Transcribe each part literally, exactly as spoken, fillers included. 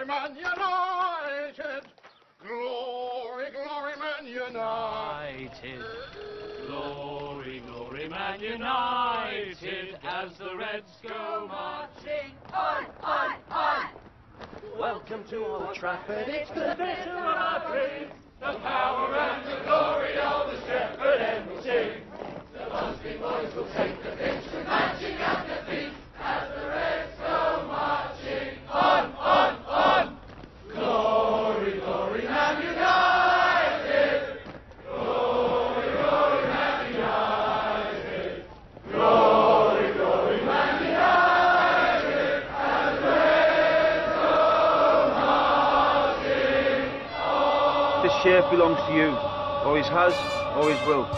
Man United! Glory, glory, Man United! Glory, glory, Man United, as the Reds go marching on, on, on! Welcome to Old Trafford, it's the bitter of our dreams, the power and the glory of the Shepherd and will sing. The Busby boys will take the pitch, marching at the feet, as the Reds go marching on, on, on! Glory, glory, Man United! Glory, glory, Man United! Glory, glory, Man United! As the Reds go marching on! This shirt belongs to you. Always has, always will.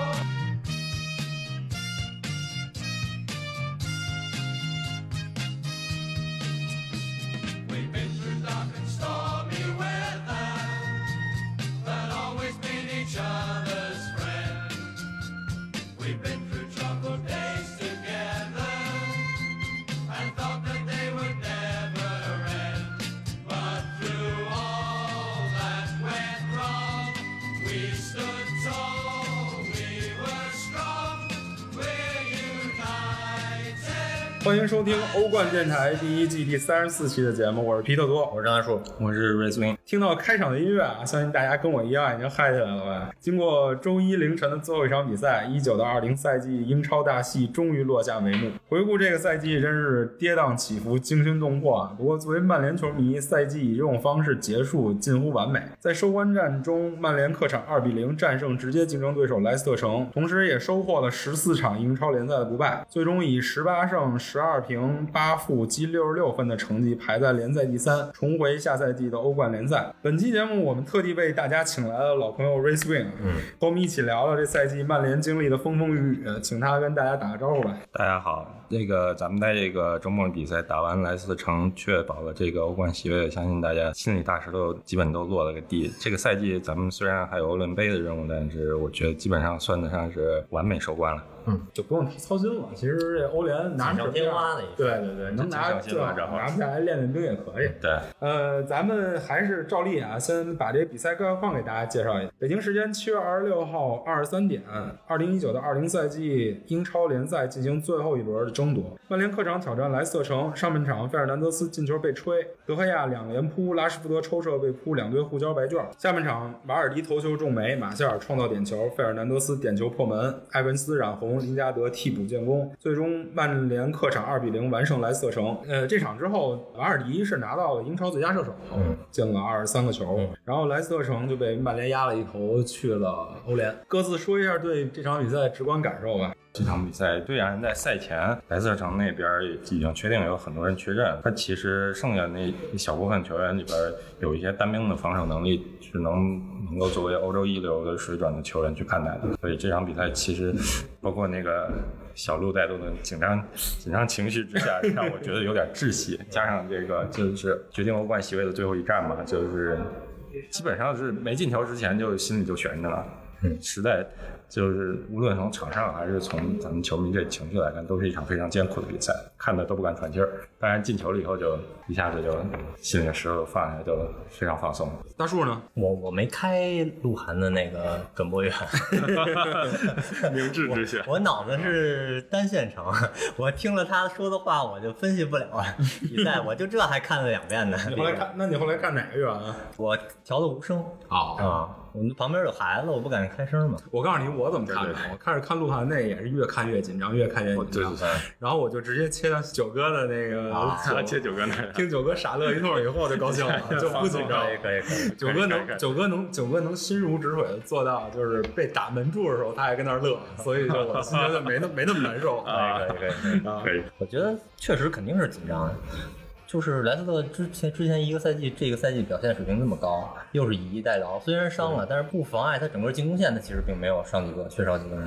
欢迎收听欧冠电台第一季第三十四期的节目，我是皮特多， 我是张大树， 我是瑞斯林。 听到开场的音乐啊，相信大家跟我一样已经嗨起来了吧？经过周一凌晨的最后一场比赛，一九到二零赛季英超大戏终于落下帷幕。回顾这个赛季，真是跌宕起伏，惊心动魄啊！不过作为曼联球迷，赛季以这种方式结束近乎完美。在收官战中，曼联客场二比零战胜直接竞争对手莱斯特城，同时也收获了十四场英超联赛的不败，最终以十八胜十二平八负积六十六分的成绩排在联赛第三，重回下赛季的欧冠联赛。本期节目我们特地为大家请来了老朋友 Ray Swing， 嗯，和我们一起聊聊这赛季曼联经历的风风雨雨，请他跟大家打个招呼吧。 大家好，这个咱们在这个周末比赛打完莱斯特城，确保了这个欧冠席位，相信大家心理大石头基本都落了个地。这个赛季咱们虽然还有欧联杯的任务，但是我觉得基本上算得上是完美收官了。 嗯，就不用操心了。其实这欧联拿锦上添花的一个， 对对对，能拿最好拿不下来练练兵也可以。 对， 呃，咱们还是照例啊，先把这比赛概况给大家介绍一下。北京时间七月二十六号二十三点，二零一九到二零赛季英超联赛进行最后一轮的争夺。曼联客场挑战莱斯特城，上半场费尔南德斯进球被吹，德赫亚两连扑，拉什福德抽射被扑，两队互交白卷。下半场瓦尔迪头球中楣，马歇尔创造点球，费尔南德斯点球破门，埃文斯染红，林加德替补建功，最终曼联客场二比零完胜莱斯特城。呃，这场之后，瓦尔迪是拿到了英超最佳射手，嗯，进了二十三个球，嗯，然后莱斯特城就被曼联压了一头去了欧联。各自说一下对这场比赛的直观感受吧。 这场比赛虽然在赛前莱斯特城那边已经确定有很多人缺阵，但其实剩下那一小部分球员里边有一些单兵的防守能力是能能够作为欧洲一流的水准的球员去看待的。所以这场比赛其实包括那个小鹿带动的紧张紧张情绪之下，让我觉得有点窒息。加上这个就是决定欧冠席位的最后一战嘛，就是基本上是没进球之前就心里就悬着了。嗯，实在就是无论从场上还是从咱们球迷这情绪来看，都是一场非常艰苦的比赛，看的都不敢喘气儿。当然进球了以后就一下子就心里的石头放下，就非常放松。 大树呢？ 我我没开鹿晗的那个转播员， 明智之选。 我脑子是单线程，我听了他说的话我就分析不了比赛，我就这还看了两遍呢。 你后来看？那你后来看哪个员啊？ 我调的无声。 好啊。我们旁边有孩子，我不敢开声嘛。 我告诉你，我怎么看的？我开始看鹿晗那也是越看越紧张，越看越紧张。然后我就直接切到九哥的那个， 啊，切九哥那个， 听九哥傻乐一通以后就高兴了，就不紧张。 可以可以可以。 九哥能，九哥能，九哥能心如止水的做到，就是被打门柱的时候，他还跟那儿乐，所以就我心觉得没那没那么难受。 可以可以可以可以。 我觉得确实肯定是紧张的。就是莱斯特之前之前一个赛季，这个赛季表现水平这么高，又是以逸待劳，虽然伤了，但是不妨碍他整个进攻线，他其实并没有伤几个，缺少几个人。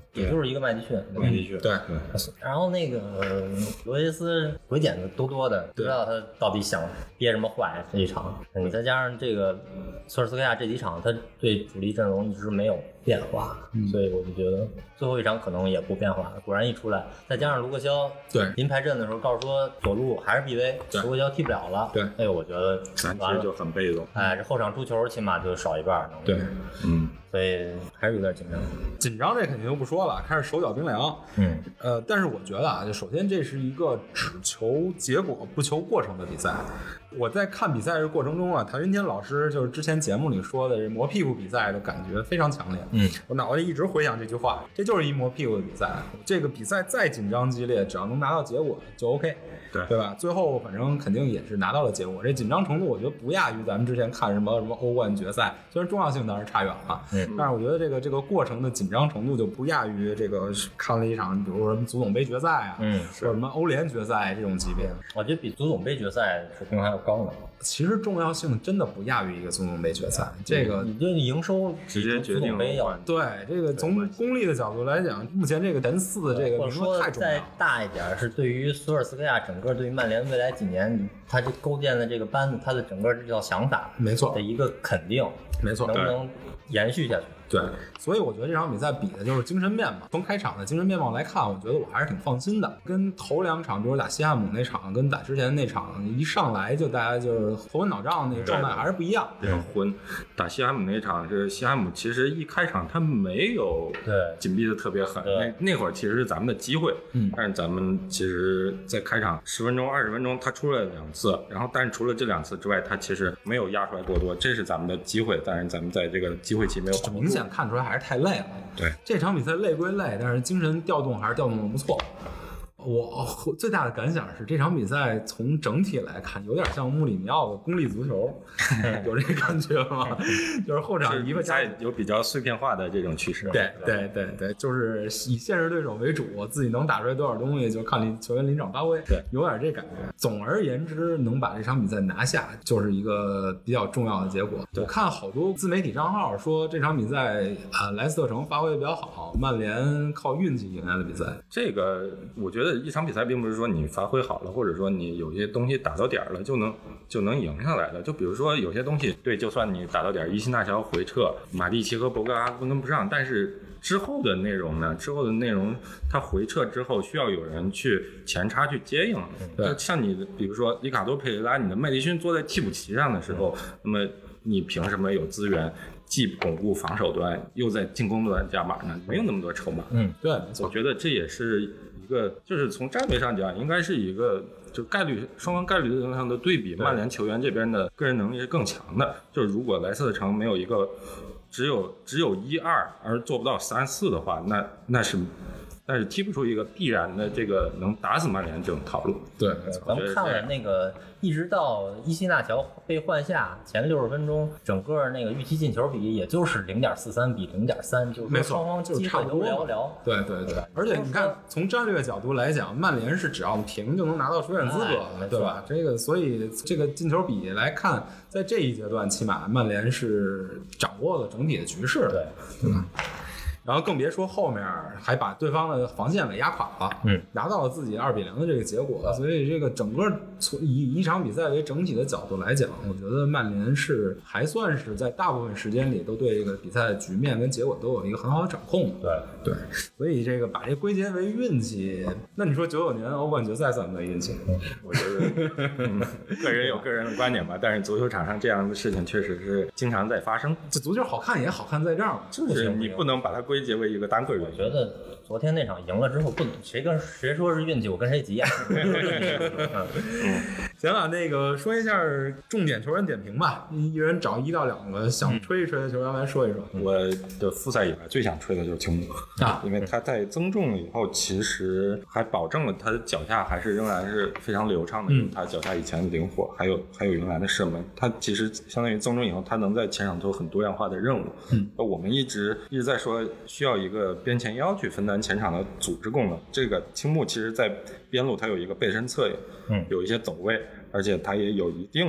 也就是一个麦迪逊， 麦迪逊对对。 然后那个呃罗杰斯鬼点子多多的，不知道他到底想憋什么坏这一场。你再加上这个索尔斯克亚这几场，他对主力阵容一直没有变化，嗯、所以我就觉得最后一场可能也不变化。果然一出来，再加上卢克肖对临排阵的时候告诉说左路还是 B V， 卢克肖踢不了了。 对， 哎呦，我觉得咱其实就很被动。 哎，这后场出球起码就少一半。 对， 嗯， 所以还是有点紧张。 紧张这肯定就不说了，开始手脚冰凉。 嗯， 呃，但是我觉得啊，就首先这是一个只求结果不求过程的比赛。我在看比赛的过程中啊，谭云天老师就是之前节目里说的这磨屁股比赛的感觉非常强烈。 嗯， 我脑袋一直回想这句话，这就是一磨屁股的比赛。这个比赛再紧张激烈，只要能拿到结果就 OK。 对对吧？最后反正肯定也是拿到了结果，这紧张程度我觉得不亚于咱们之前看什么什么欧冠决赛，虽然重要性当然差远了，嗯，但是我觉得这个这个过程的紧张程度就不亚于这个看了一场，比如说什么足总杯决赛啊， 嗯， 或者什么欧联决赛这种级别， 我觉得比足总杯决赛水平还要高呢。 其实重要性真的不亚于一个足总杯决赛，这个你这营收直接决定了。 对，这个从功利的角度来讲，目前这个前四这个名额太重要了。 再大一点是对于索尔斯克亚整个对于曼联未来几年他这构建的这个班子，他的整个这套想法， 没错的一个肯定， 没错， 能不能延续下去？ 对，所以我觉得这场比赛比的就是精神面貌。从开场的精神面貌来看，我觉得我还是挺放心的。跟头两场，比如打西汉姆那场，跟打之前那场，一上来就大家就是头昏脑胀那个状态还是不一样。 比较昏。打西汉姆那场是西汉姆，其实一开场他没有对紧逼的特别狠，那那会儿其实是咱们的机会， 嗯， 但是咱们其实在开场十分钟、二十分钟，他出了两次，然后但是除了这两次之外，他其实没有压出来过多，这是咱们的机会，但是咱们在这个机会期没有把握住。 明显看出来还是太累了。 对， 这场比赛累归累，但是精神调动还是调动的不错。我最大的感想是，这场比赛从整体来看，有点像穆里尼奥的功利足球，有这个感觉吗？就是后场一个加有比较碎片化的这种趋势。 对对对对，就是以现实对手为主，自己能打出来多少东西，就看临球员临场发挥。 对， 有点这感觉。总而言之，能把这场比赛拿下，就是一个比较重要的结果。我看好多自媒体账号说这场比赛啊，莱斯特城发挥的比较好，曼联靠运气赢下的比赛。 这个我觉得。一场比赛并不是说你发挥好了，或者说你有些东西打到点了就能就能赢下来的。就比如说有些东西，对，就算你打到点，伊西纳乔回撤，马蒂奇和博格拉跟不上，但是之后的内容呢？之后的内容，他回撤之后需要有人去前插去接应。 对， 像你比如说里卡多佩雷拉，你的麦迪逊坐在替补席上的时候，那么你凭什么有资源？既巩固防守端，又在进攻端加码呢？没有那么多筹码。 嗯，对， 我觉得这也是一个，就是从战略上讲，应该是一个就概率双方概率上的对比。曼联球员这边的个人能力是更强的。就是如果莱斯特城没有一个只有只有一二而做不到三四的话，那那是。但是踢不出一个必然的这个能打死曼联这种套路。 对， 咱们看了那个，一直到伊西纳乔被换下前六十分钟，整个那个预期进球比也就是零点四三比零点三，就是双方机会都寥寥。 对对对，而且你看，从战略角度来讲，曼联是只要平就能拿到出线资格的，对吧？这个所以这个进球比来看，在这一阶段，起码曼联是掌握了整体的局势的，对对吧？然后更别说后面还把对方的防线给压垮了， 嗯， 拿到了自己二比零的这个结果，所以这个整个从以一场比赛为整体的角度来讲，我觉得曼联是还算是在大部分时间里都对这个比赛的局面跟结果都有一个很好的掌控。 对对，所以这个把这归结为运气，那你说九九年欧冠决赛算不算运气？ 我觉得、嗯、个人有个人的观点吧，但是足球场上这样的事情确实是经常在发生。 这足球好看也好看在这儿， 就是你不能把它归结为一个单个原因。 我觉得昨天那场赢了之后，不谁跟谁说是运气，我跟谁急眼。 嗯，行了，那个说一下重点球员点评吧，一人找一到两个想吹一吹的球员来说一说。 嗯、我的复赛以来最想吹的就是青木啊， 因为他在增重以后，其实还保证了他的脚下还是仍然是非常流畅的，嗯、他脚下以前的灵活，还有还有原来的射门，他其实相当于增重以后，他能在前场做很多样化的任务。 嗯， 我们一直一直在说需要一个边前腰去分担前场的组织功能，这个青木其实在边路他有一个背身侧影， 嗯， 有一些走位，而且他也有一定的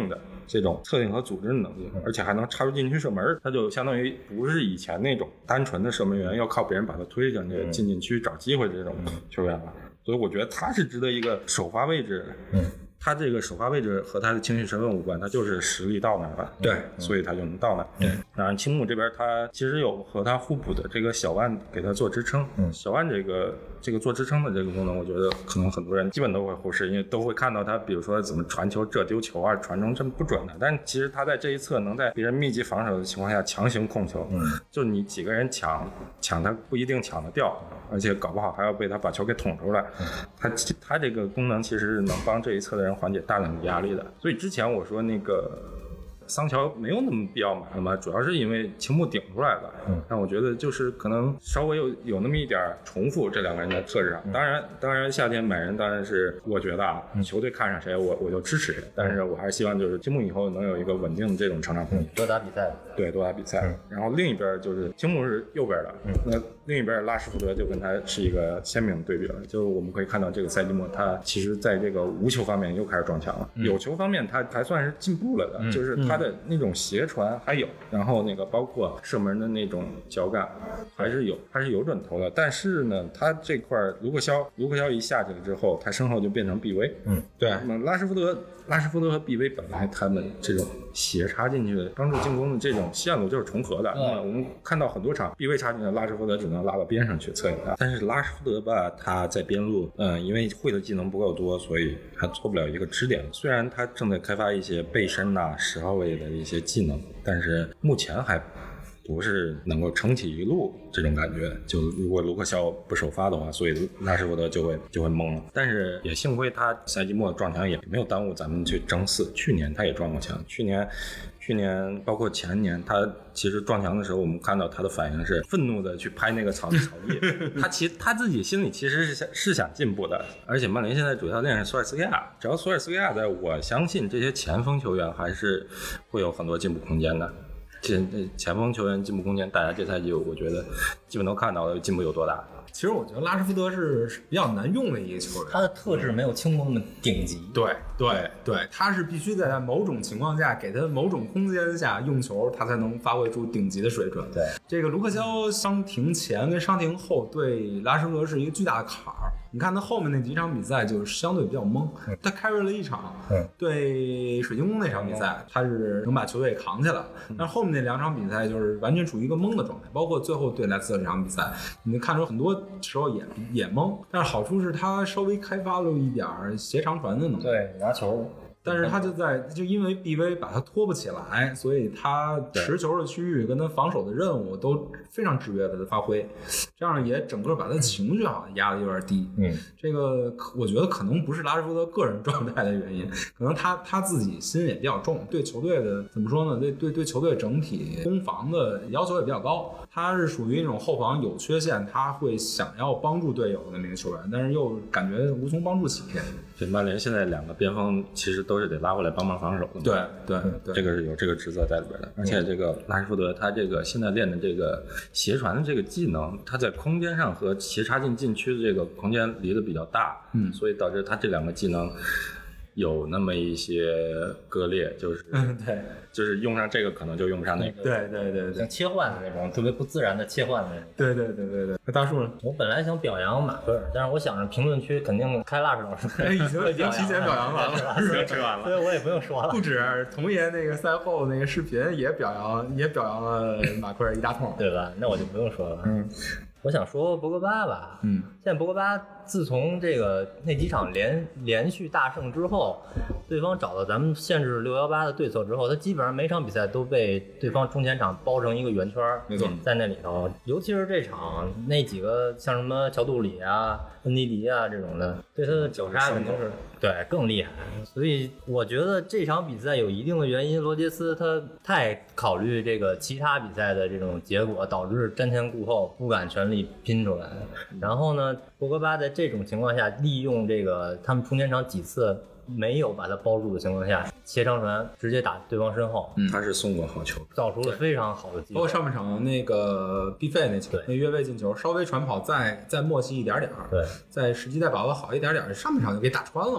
这种策应和组织的能力，而且还能插入禁区射门，他就相当于不是以前那种单纯的射门员要靠别人把他推进这进禁区找机会的这种球员了。所以我觉得他是值得一个首发位置。嗯，他这个首发位置和他的青训身份无关，他就是实力到那儿了。 对， 所以他就能到那儿。对，当然青木这边他其实有和他互补的这个小万给他做支撑。嗯，小万这个这个做支撑的这个功能，我觉得可能很多人基本都会忽视，因为都会看到他比如说怎么传球、这丢球啊，传中这么不准的。但其实他在这一侧能在别人密集防守的情况下强行控球。嗯，就你几个人抢抢他不一定抢得掉。而且搞不好还要被他把球给捅出来，他他这个功能其实是能帮这一侧的人缓解大量的压力的。所以之前我说那个桑乔没有那么必要买了嘛，主要是因为青木顶出来了。嗯，但我觉得就是可能稍微有有那么一点重复这两个人的特质上。当然，当然夏天买人当然是我觉得啊，球队看上谁我我就支持谁，但是我还是希望就是青木以后能有一个稳定的这种成长空间， 多打比赛。 对，多打比赛。然后另一边就是青木是右边的，那另一边拉什福德就跟他是一个鲜明的对比了。就是我们可以看到这个赛季末他其实在这个无球方面又开始撞墙了，有球方面他还算是进步了的，就是他的那种斜传还有，然后那个包括射门的那种脚感还是有，还是有准头的。但是呢，他这块卢克肖卢克肖一下去了之后，他身后就变成毕威。嗯，对。那么拉什福德拉什福德和毕威本来他们这种斜插进去的帮助进攻的这种线路就是重合的。嗯，我们看到很多场毕威插进去，拉什福德只能拉到边上去策应他。但是拉什福德吧，他在边路，嗯，因为会的技能不够多，所以他做不了一个支点。虽然他正在开发一些背身呐、十号位的一些技能，但是目前还不是能够撑起一路这种感觉。就如果卢克肖不首发的话，所以拉什福德就会就会懵了。但是也幸亏他赛季末撞墙也没有耽误咱们去争四。去年他也撞过墙，去年去年包括前年，他其实撞墙的时候，我们看到他的反应是愤怒的去拍那个草草地。他其实他自己心里其实是想是想进步的。而且曼联现在主教练是索尔斯克亚，只要索尔斯克亚在，我相信这些前锋球员还是会有很多进步空间的。前前锋球员进步空间，大家这赛季我觉得基本都看到了进步有多大。 其实我觉得拉什福德是比较难用的一个球员， 他的特质没有青木那么顶级。 对对对，他是必须在某种情况下给他某种空间下用球，他才能发挥出顶级的水准。 对，这个卢克肖伤停前跟伤停后对拉什福德是一个巨大的坎儿。你看他后面那几场比赛就是相对比较懵，嗯、他开瑞了一场，嗯、对水晶宫那场比赛、嗯、他是能把球队扛下来，嗯、但是后面那两场比赛就是完全处于一个懵的状态，包括最后对莱斯特这场比赛，你能看出很多时候也也懵，但是好处是他稍微开发了一点斜长传的能力， 对，拿球。 但是他就在就因为 B V 把他拖不起来，所以他持球的区域跟他防守的任务都非常制约他的发挥，这样也整个把他情绪好像压得有点低。嗯，这个我觉得可能不是拉什福德个人状态的原因，可能他他自己心也比较重，对球队的怎么说呢？对对对球队整体攻防的要求也比较高。他是属于那种后防有缺陷，他会想要帮助队友的那个球员，但是又感觉无从帮助起。 对，曼联现在两个边锋其实都是得拉回来帮忙防守的嘛。 对对对， 这个是有这个职责在里边的。而且这个拉什福德他这个现在练的这个斜传的这个技能，他在空间上和斜插进禁区的这个空间离得比较大，嗯，所以导致他这两个技能有那么一些割裂，就是嗯对， 就是用上这个可能就用不上那个， 对对对对， 像切换的那种特别不自然的切换的那种， 对对对对对。那大树呢？ 我本来想表扬马奎尔，但是我想着评论区肯定开拉什老师， 已经已经提前表扬完了， 吃完了， 所以我也不用说了。 不止童爷那个赛后那个视频也表扬，也表扬了马奎尔一大通， 对吧？那我就不用说了。嗯。我想说博格巴吧，嗯，现在博格巴自从这个那几场连连续大胜之后，对方找到咱们限制六一八的对策之后，他基本上每场比赛都被对方中前场包成一个圆圈， 没错， 在那里头，尤其是这场那几个像什么乔杜里啊、恩迪迪啊这种的，对他的绞杀肯定是对更厉害。所以我觉得这场比赛有一定的原因，罗杰斯他太考虑这个其他比赛的这种结果，导致瞻前顾后，不敢全力拼出来。然后呢，博格巴在这种情况下，利用这个他们中前场几次没有把他包住的情况下，斜长传直接打对方身后， 嗯，他是送过好球， 造出了非常好的机会。 包括上半场那个毕费那球，那越位进球，稍微传跑再再默契一点点， 对， 再时机再把握好一点点，上半场就给打穿了嘛。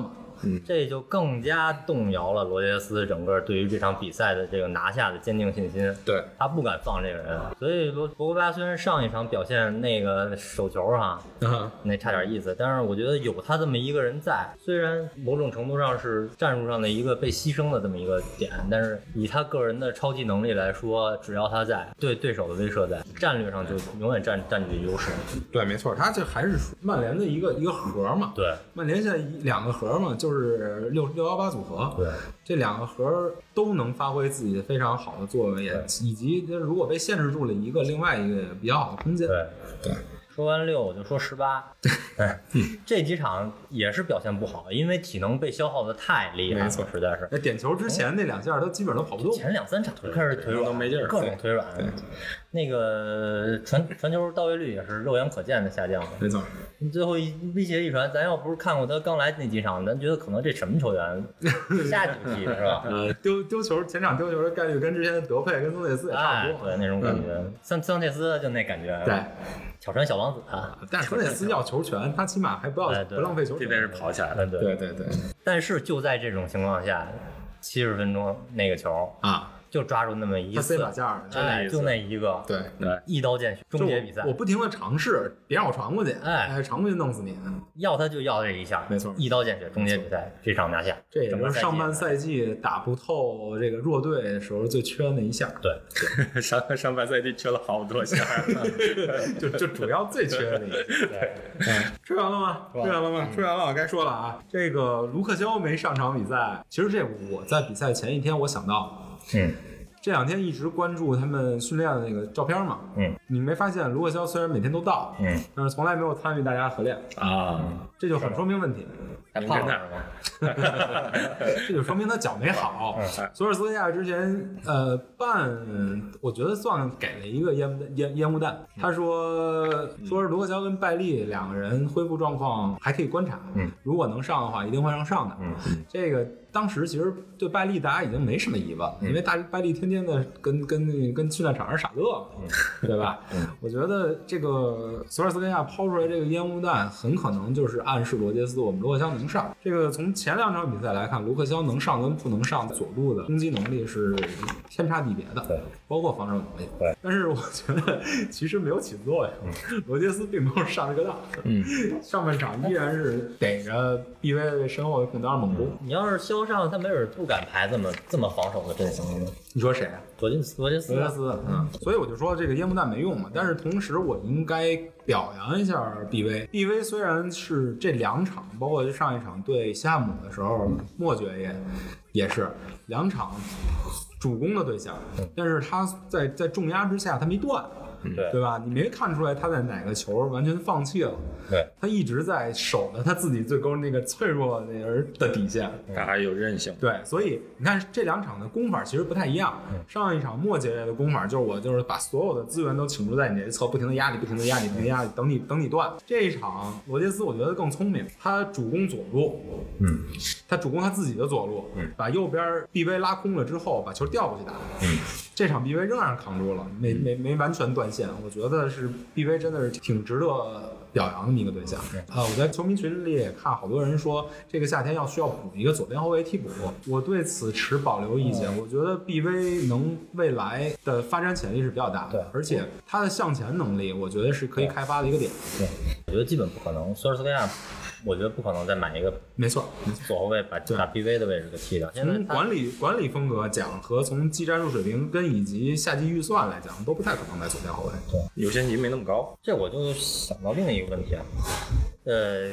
嗯，这就更加动摇了罗杰斯整个对于这场比赛的这个拿下的坚定信心。 对， 他不敢放这个人，所以罗博格巴虽然上一场表现那个手球哈， 嗯、 那差点意思，但是我觉得有他这么一个人在，虽然某种程度上是战术上的一个被牺牲的这么一个点，但是以他个人的超级能力来说，只要他在，对对手的威慑在，战略上就永远占占据优势。 对，没错，他这还是曼联的一个一个核嘛。 对， 曼联现在一两个核嘛，就是六六幺八组合。 对， 这两个核都能发挥自己非常好的作用，也以及如果被限制住了一个，另外一个也比较好的空间。 对对。 说完六我就说十八，哎，这几场也是表现不好，因为体能被消耗的太厉害了， 没错， 实在是。 那点球之前那两下都基本都跑不动， 前两三场就开始腿软， 都没劲儿， 各种腿软。那个传传球到位率也是肉眼可见的下降。 没错， 最后一威胁一传，咱要不是看过他刚来那几场，咱觉得可能这什么球员瞎顶替是吧？ 呃，丢丢球前场丢球的概率跟之前的德佩跟桑切斯也差不多， 哎、对那种感觉。桑桑切斯就那感觉， 对。 巧传小王子啊， 但是桑切斯要球权，他起码还不要、 哎、 不浪费球权， 这边是跑起来的， 对对对对。 但是就在这种情况下，七十分钟那个球啊， 就抓住那么一次， 他塞把架， 哎，就那一个， 对对， 一刀见血，终结比赛。 我不停的尝试，别让我传过去， 哎， 传过去弄死你。 要他就要这一下， 没错， 一刀见血，终结比赛，这场拿下。 这也是上半赛季打不透这个弱队的时候最缺的一下。 对， 上上半赛季缺了好多下， 就就主要最缺的一下。对，嗯，吹完了吗？吹完了吗？吹完了，该说了啊。这个卢克肖没上场比赛，其实这我在比赛前一天我想到， 嗯。 这两天一直关注他们训练的那个照片嘛， 嗯， 你没发现卢克肖虽然每天都到， 嗯， 但是从来没有参与大家合练啊， 这就很说明问题。 太胖了是吗？ 这就说明他脚没好。索尔斯克亚之前呃办，我觉得算给了一个烟烟烟雾弹。他说说是卢克肖跟拜利两个人恢复状况还可以观察， 嗯， 如果能上的话，一定会让上的。 嗯， 这个当时其实对拜利大家已经没什么疑问了，因为大拜利天天的跟跟跟训练场上傻乐，对吧？ 嗯， 我觉得这个索尔斯克亚抛出来这个烟雾弹，很可能就是暗示罗杰斯我们卢克肖能上。这个从前两场比赛来看，卢克肖能上跟不能上，左路的攻击能力是天差地别的， 对， 包括防守能力。 对， 但是我觉得其实没有起作用，嗯、罗杰斯并没有上这个当。 嗯， 上半场依然是逮着 B V 的身后的空当猛攻。 你要是肖上，他没准不敢排这么这么防守的阵型呢。 你说谁啊？ 罗杰斯，罗杰斯， 罗杰斯，嗯，所以我就说这个烟幕弹没用嘛。但是同时，我应该表扬一下 B V。B V 虽然是这两场，包括上一场对西汉姆的时候，莫爵也也是两场主攻的对象，但是他在在重压之下，他没断。 对对吧？你没看出来他在哪个球完全放弃了， 对， 他一直在守着他自己最高那个脆弱的那人的底线， 他还有韧性。 对，所以你看这两场的攻法其实不太一样。上一场末节的攻法就是我就是把所有的资源都倾注在你这侧，不停的压你，不停的压你，不停的压你，等你等你断。这一场罗杰斯我觉得更聪明，他主攻左路， 嗯， 他主攻他自己的左路， 嗯， 把右边 B V 拉空了之后，把球调过去打， 嗯， 这场 B V 仍然扛住了，没没没完全断线。我觉得是 B V 真的是挺值得表扬的一个对象啊！我在球迷群里也看好多人说，这个夏天要需要补一个左边后卫替补，我对此持保留意见。我觉得 B V 能未来的发展潜力是比较大的，而且他的向前能力，我觉得是可以开发的一个点。 对，我觉得基本不可能。索尔斯克亚，我觉得不可能再买一个， 没错， 左后卫把把 B V 的位置给替掉。 从管理管理风格讲和从技战术水平跟以及夏季预算来讲，都不太可能买左边后卫。 对， 优先级没那么高。 这我就想到另一个问题啊，呃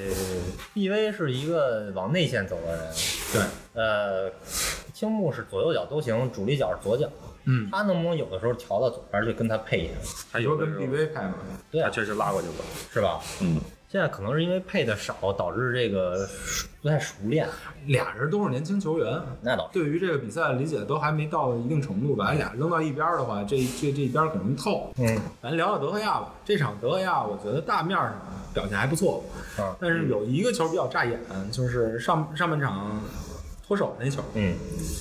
，B V 是一个往内线走的人， 对， 呃，青木是左右脚都行，主力脚是左脚。 嗯， 他能不能有的时候调到左边去跟他配一下？ 他有跟 B V 配吗？ 对、啊， 他确实拉过去过， 是吧？ 嗯。 现在可能是因为配的少，导致这个不太熟练。 俩人都是年轻球员， 那倒对于这个比赛理解都还没到一定程度吧。俩扔到一边的话，这这这一边可能透。 嗯， 咱聊聊德赫亚吧。这场德赫亚，我觉得大面上表现还不错， 啊， 但是有一个球比较扎眼，就是上上半场脱手那球。 嗯。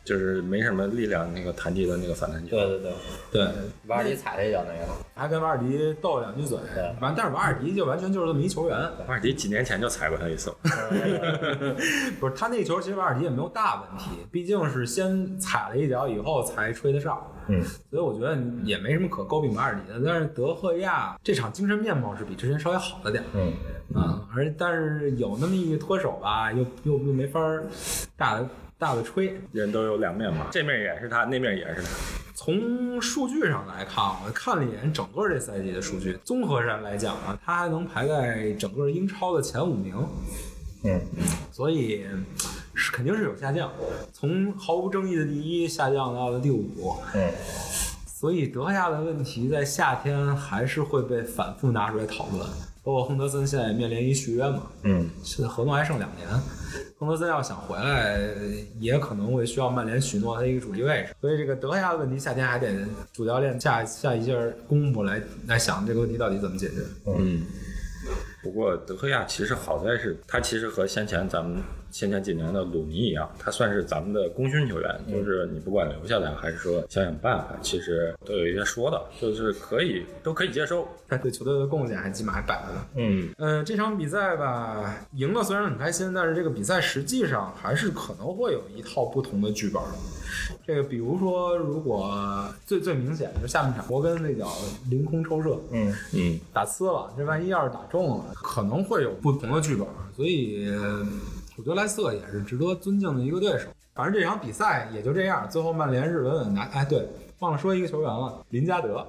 就是没什么力量那个弹地的那个反弹球。 对对对对， 瓦尔迪踩了一脚那个， 还跟瓦尔迪斗了两句嘴。完，但是瓦尔迪就完全就是这么一球员。 瓦尔迪几年前就踩过他一次。 不是他那球，其实瓦尔迪也没有大问题，毕竟是先踩了一脚以后才吹得上。 嗯， 所以我觉得也没什么可诟病瓦尔迪的。但是德赫亚这场精神面貌是比之前稍微好了点。 嗯啊，而但是有那么一个脱手吧，又又又没法大的大的吹。 人都有两面嘛，这面也是他，那面也是他。 从数据上来看，我看了一眼整个这赛季的数据，综合上来讲啊，他还能排在整个英超的前五名。 嗯， 所以是肯定是有下降，从毫无争议的第一下降到了第五。 嗯， 所以德赫亚的问题在夏天还是会被反复拿出来讨论。包括亨德森现在也面临一续约嘛， 嗯， 现在合同还剩两年，亨德森要想回来，也可能会需要曼联许诺他一个主力位置。所以这个德赫亚的问题，夏天还得主教练下下一些功夫来来想这个问题到底怎么解决。 嗯。不过德赫亚其实好在是，他其实和先前咱们先前几年的鲁尼一样，他算是咱们的功勋球员，就是你不管留下来还是说想想办法，其实都有一些说的，就是可以都可以接受。 他对球队的贡献还起码还摆着呢。 嗯嗯、呃，这场比赛吧，赢了虽然很开心，但是这个比赛实际上还是可能会有一套不同的剧本。这个比如说，如果最最明显的是下半场摩根那脚凌空抽射， 嗯嗯， 打呲了，这万一要是打中了，可能会有不同的剧本。所以我觉得莱斯特也是值得尊敬的一个对手。反正这场比赛也就这样，最后曼联是稳稳拿。哎，对，忘了说一个球员了，林加德。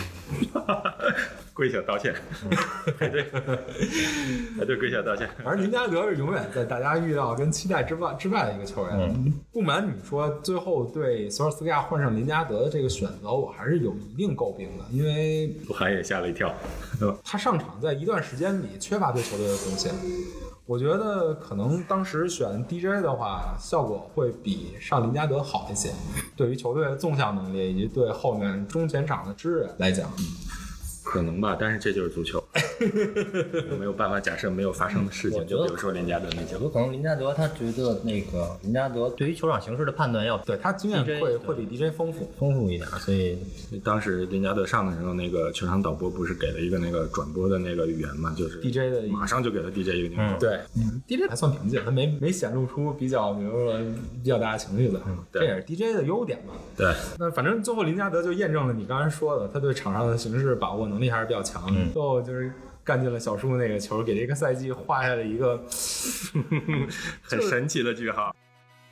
跪下道歉，排队，排队跪下道歉。 反正林加德是永远在大家预料跟期待之外之外的一个球员。嗯、不瞒你说，最后对索尔斯克亚换上林加德的这个选择，我还是有一定诟病的，因为不寒也吓了一跳，对吧？ 他上场在一段时间里缺乏对球队的贡献。我觉得可能当时选 D J 的话，效果会比上林加德好一些。对于球队的纵向能力以及对后面中前场的支援来讲， 可能吧，但是这就是足球，没有办法假设没有发生的事情。就比如说林加德那球， 有可能林加德他觉得那个林加德对于球场形势的判断要对他经验会会比 D J 丰富丰富一点，所以当时林加德上的时候，那个球场导播不是给了一个那个转播的那个语言嘛，就是 D J 的马上就给了 D J 一个镜头。 对，嗯 ，D J 还算平静，他没没显露出比较比如说比较大的情绪的，这也是 D J 的优点嘛。 对， 那反正最后林加德就验证了你刚才说的，他对场上的形势把握能力还是比较强的。最后就是干进了小叔那个球，给这个赛季画下了一个很神奇的句号。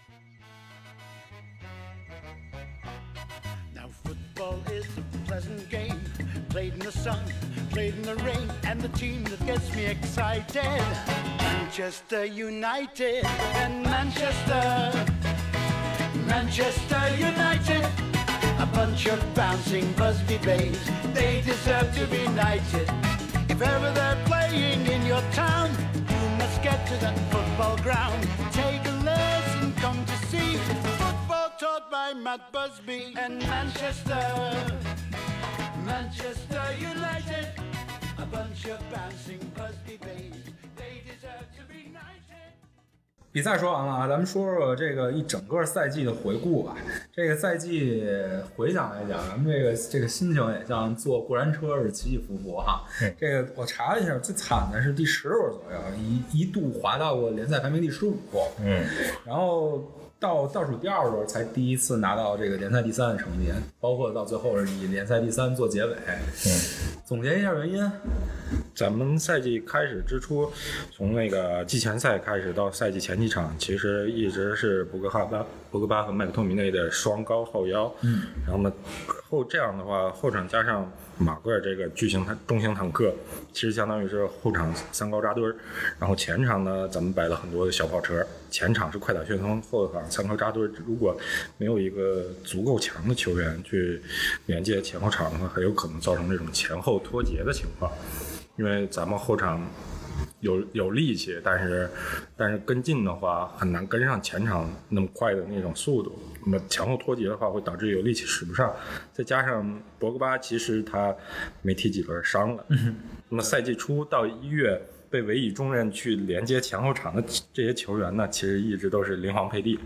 Now football is a pleasant game, played in the sun, played in the rain, and the team that gets me excited, Manchester United and Manchester, Manchester United. A bunch of bouncing Busby babes, they deserve to be knighted. If ever they're playing in your town, you must get to that football ground. Take a lesson, come to see football taught by Matt Busby and Manchester, Manchester United. A bunch of bouncing Busby babes, they deserve to be knighted. 比赛说完了啊，咱们说说这个一整个赛季的回顾吧。这个赛季回想来讲，咱们这个这个心情也像坐过山车是起起伏伏哈。嗯、这个我查了一下，最惨的是第十轮左右，一一度滑到过联赛排名第十五。嗯，然后到倒数第二轮才第一次拿到这个联赛第三的成绩，包括到最后是以联赛第三做结尾。嗯，总结一下原因。 咱们赛季开始之初，从那个季前赛开始到赛季前几场，其实一直是博格巴、博格巴和麦克托米内的双高后腰。嗯，然后呢，后这样的话，后场加上马圭尔这个巨型坦中型坦克，其实相当于是后场三高扎堆儿。然后前场呢，咱们摆了很多的小跑车，前场是快打旋风，后场三高扎堆儿。如果没有一个足够强的球员去连接前后场的话，很有可能造成这种前后脱节的情况。因为咱们后场有有力气，但是但是跟进的话很难跟上前场那么快的那种速度。那么前后脱节的话，会导致有力气使不上。再加上博格巴其实他没踢几轮伤了。嗯、那么赛季初到一月， 被委以重任去连接前后场的这些球员呢，其实一直都是灵皇配地。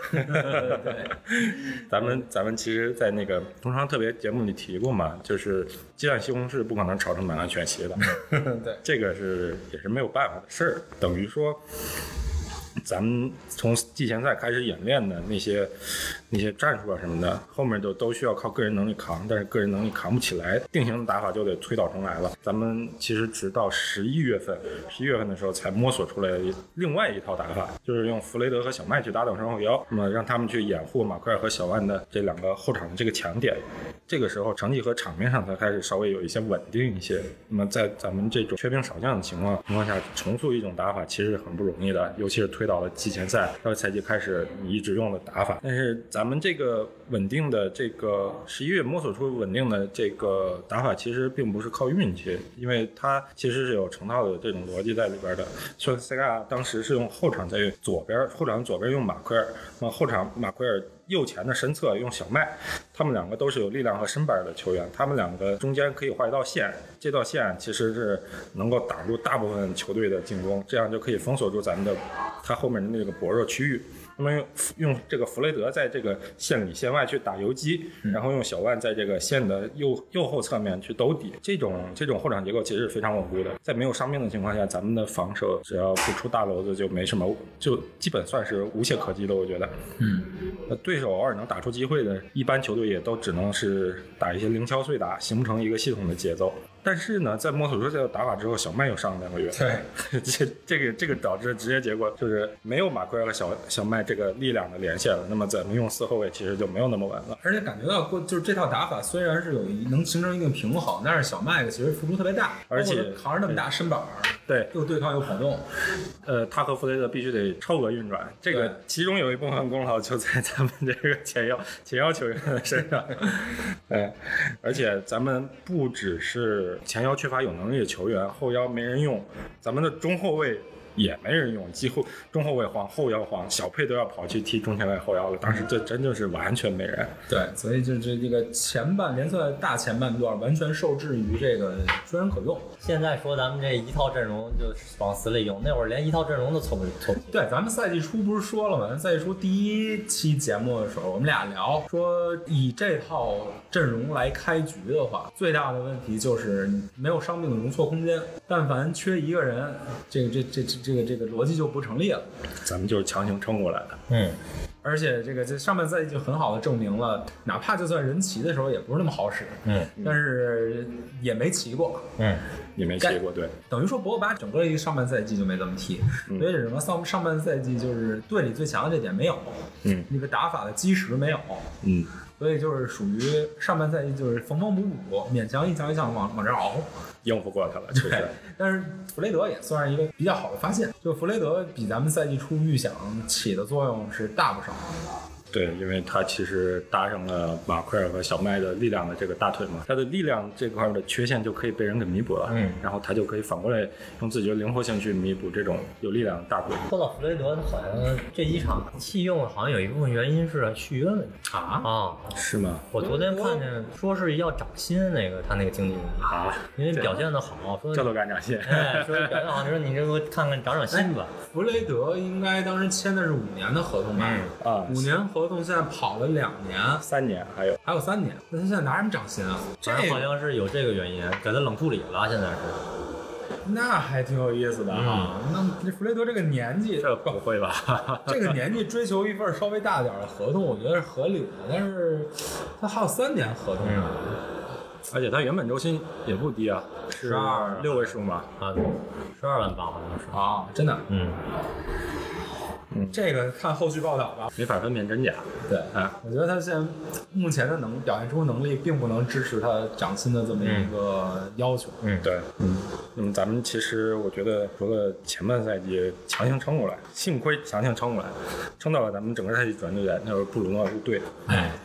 咱们咱们其实，在那个中超特别节目里提过嘛，就是鸡蛋西红柿不可能炒成满汉全席的。 对， 这个是也是没有办法的事儿，等于说。咱们从季前赛开始演练的那些那些战术啊什么的，后面都都需要靠个人能力扛，但是个人能力扛不起来，定型的打法就得推倒重来了。咱们其实直到十一月份，十一月份的时候才摸索出来另外一套打法，就是用弗雷德和小麦去搭档身后腰，那么让他们去掩护马奎尔和小万的这两个后场的这个强点。这个时候成绩和场面上才开始稍微有一些稳定一些。那么在咱们这种缺兵少将的情况情况下，重塑一种打法其实很不容易的，尤其是推到了季前赛，这个赛季开始你一直用的打法。但是咱们这个稳定的这个十一月摸索出稳定的这个打法，其实并不是靠运气，因为它其实是有成套的这种逻辑在里边的。所以塞嘎当时是用后场在左边，后场左边用马奎尔，那么后场马奎尔右前的身侧用小麦，他们两个都是有力量和身板的球员，他们两个中间可以画一道线，这道线其实是能够挡住大部分球队的进攻，这样就可以封锁住咱们的他后面的那个薄弱区域。那么用这个弗雷德在这个线里线外去打游击，然后用小万在这个线的右右后侧面去兜底，这种这种后场结构其实是非常稳固的。在没有伤病的情况下，咱们的防守只要不出大娄子就没什么，就基本算是无懈可击的，我觉得。嗯，对手偶尔能打出机会的，一般球队也都只能是打一些零敲碎打，形不成一个系统的节奏。但是呢，在摸索出这个打法之后，小麦又上了两个月。对，这这个这个导致直接结果就是没有马奎尔和小小麦这个力量的连线了。那么咱们用四后卫其实就没有那么稳了。 而且感觉到过，就是这套打法虽然是有一能形成一定平衡，但是小麦克其实付出特别大， 而且扛着那么大身板， 对， 又对抗又跑动。 呃，他和弗雷德必须得超额运转，这个其中有一部分功劳就在咱们这个前腰前腰球员的身上。哎，而且咱们不只是前腰缺乏有能力的球员，后腰没人用，咱们的中后卫也没人用，几乎中后卫晃，后腰晃，小佩都要跑去踢中前卫后腰了。当时这真就是完全没人。 对，所以就是这个前半联赛大前半段完全受制于这个缺人可用。 现在说咱们这一套阵容就往死里用，那会儿连一套阵容都凑不凑不。 对，咱们赛季初不是说了吗？赛季初第一期节目的时候，我们俩聊说，以这套阵容来开局的话，最大的问题就是没有伤病的容错空间。但凡缺一个人，这个这这这这个这个逻辑就不成立了。 咱们就是强行撑过来的。 嗯。 而且这个这上半赛季就很好的证明了，哪怕就算人齐的时候也不是那么好使， 嗯， 但是也没齐过， 嗯， 也没齐过，对， 等于说博格巴整个一个上半赛季就没怎么踢，嗯、所以整个上上半赛季就是队里最强的这点没有， 嗯， 那个打法的基石没有， 嗯， 所以就是属于上半赛季就是缝缝补补，勉强一强一强往往这熬。 应付过他了，确实。 但是弗雷德也算是一个比较好的发现，就弗雷德比咱们赛季初预想起的作用是大不少。 对，因为他其实搭上了马奎尔和小麦的力量的这个大腿嘛，他的力量这块的缺陷就可以被人给弥补了， 嗯， 然后他就可以反过来用自己的灵活性去弥补这种有力量的大腿。 说到弗雷德，好像这几场弃用好像有一部分原因是续约问题啊啊， 是吗？ 我昨天看见说是要涨薪，那个他那个经纪人啊， 因为表现的好，说叫做干涨薪， 哎，说表现好，说你这个看看涨涨薪吧。 弗雷德应该当时签的是五年的合同吧？ 嗯啊， 五年合同现在跑了两年， 三年还有还有三年，那他现在拿什么涨薪啊？ 这好像是有这个原因，给他冷处理了，现在是。 那还挺有意思的哈。嗯、那这弗雷德这个年纪， 这不会吧？ 这个年纪追求一份稍微大点的合同，我觉得是合理的。但是他还有三年合同呢、嗯， 而且他原本周薪也不低啊，是六位数嘛？ 啊，十二万八好像是啊，真的， 嗯。 嗯，这个看后续报道吧， 没法分辨真假。 对， 啊， 我觉得他现在目前的能表现出能力，并不能支持他涨薪的这么一个要求。 嗯，对，嗯，那么咱们其实我觉得，除了前半赛季强行撑过来，幸亏强行撑过来，撑到了咱们整个赛季转折点，那时候布鲁诺是对的。 哎，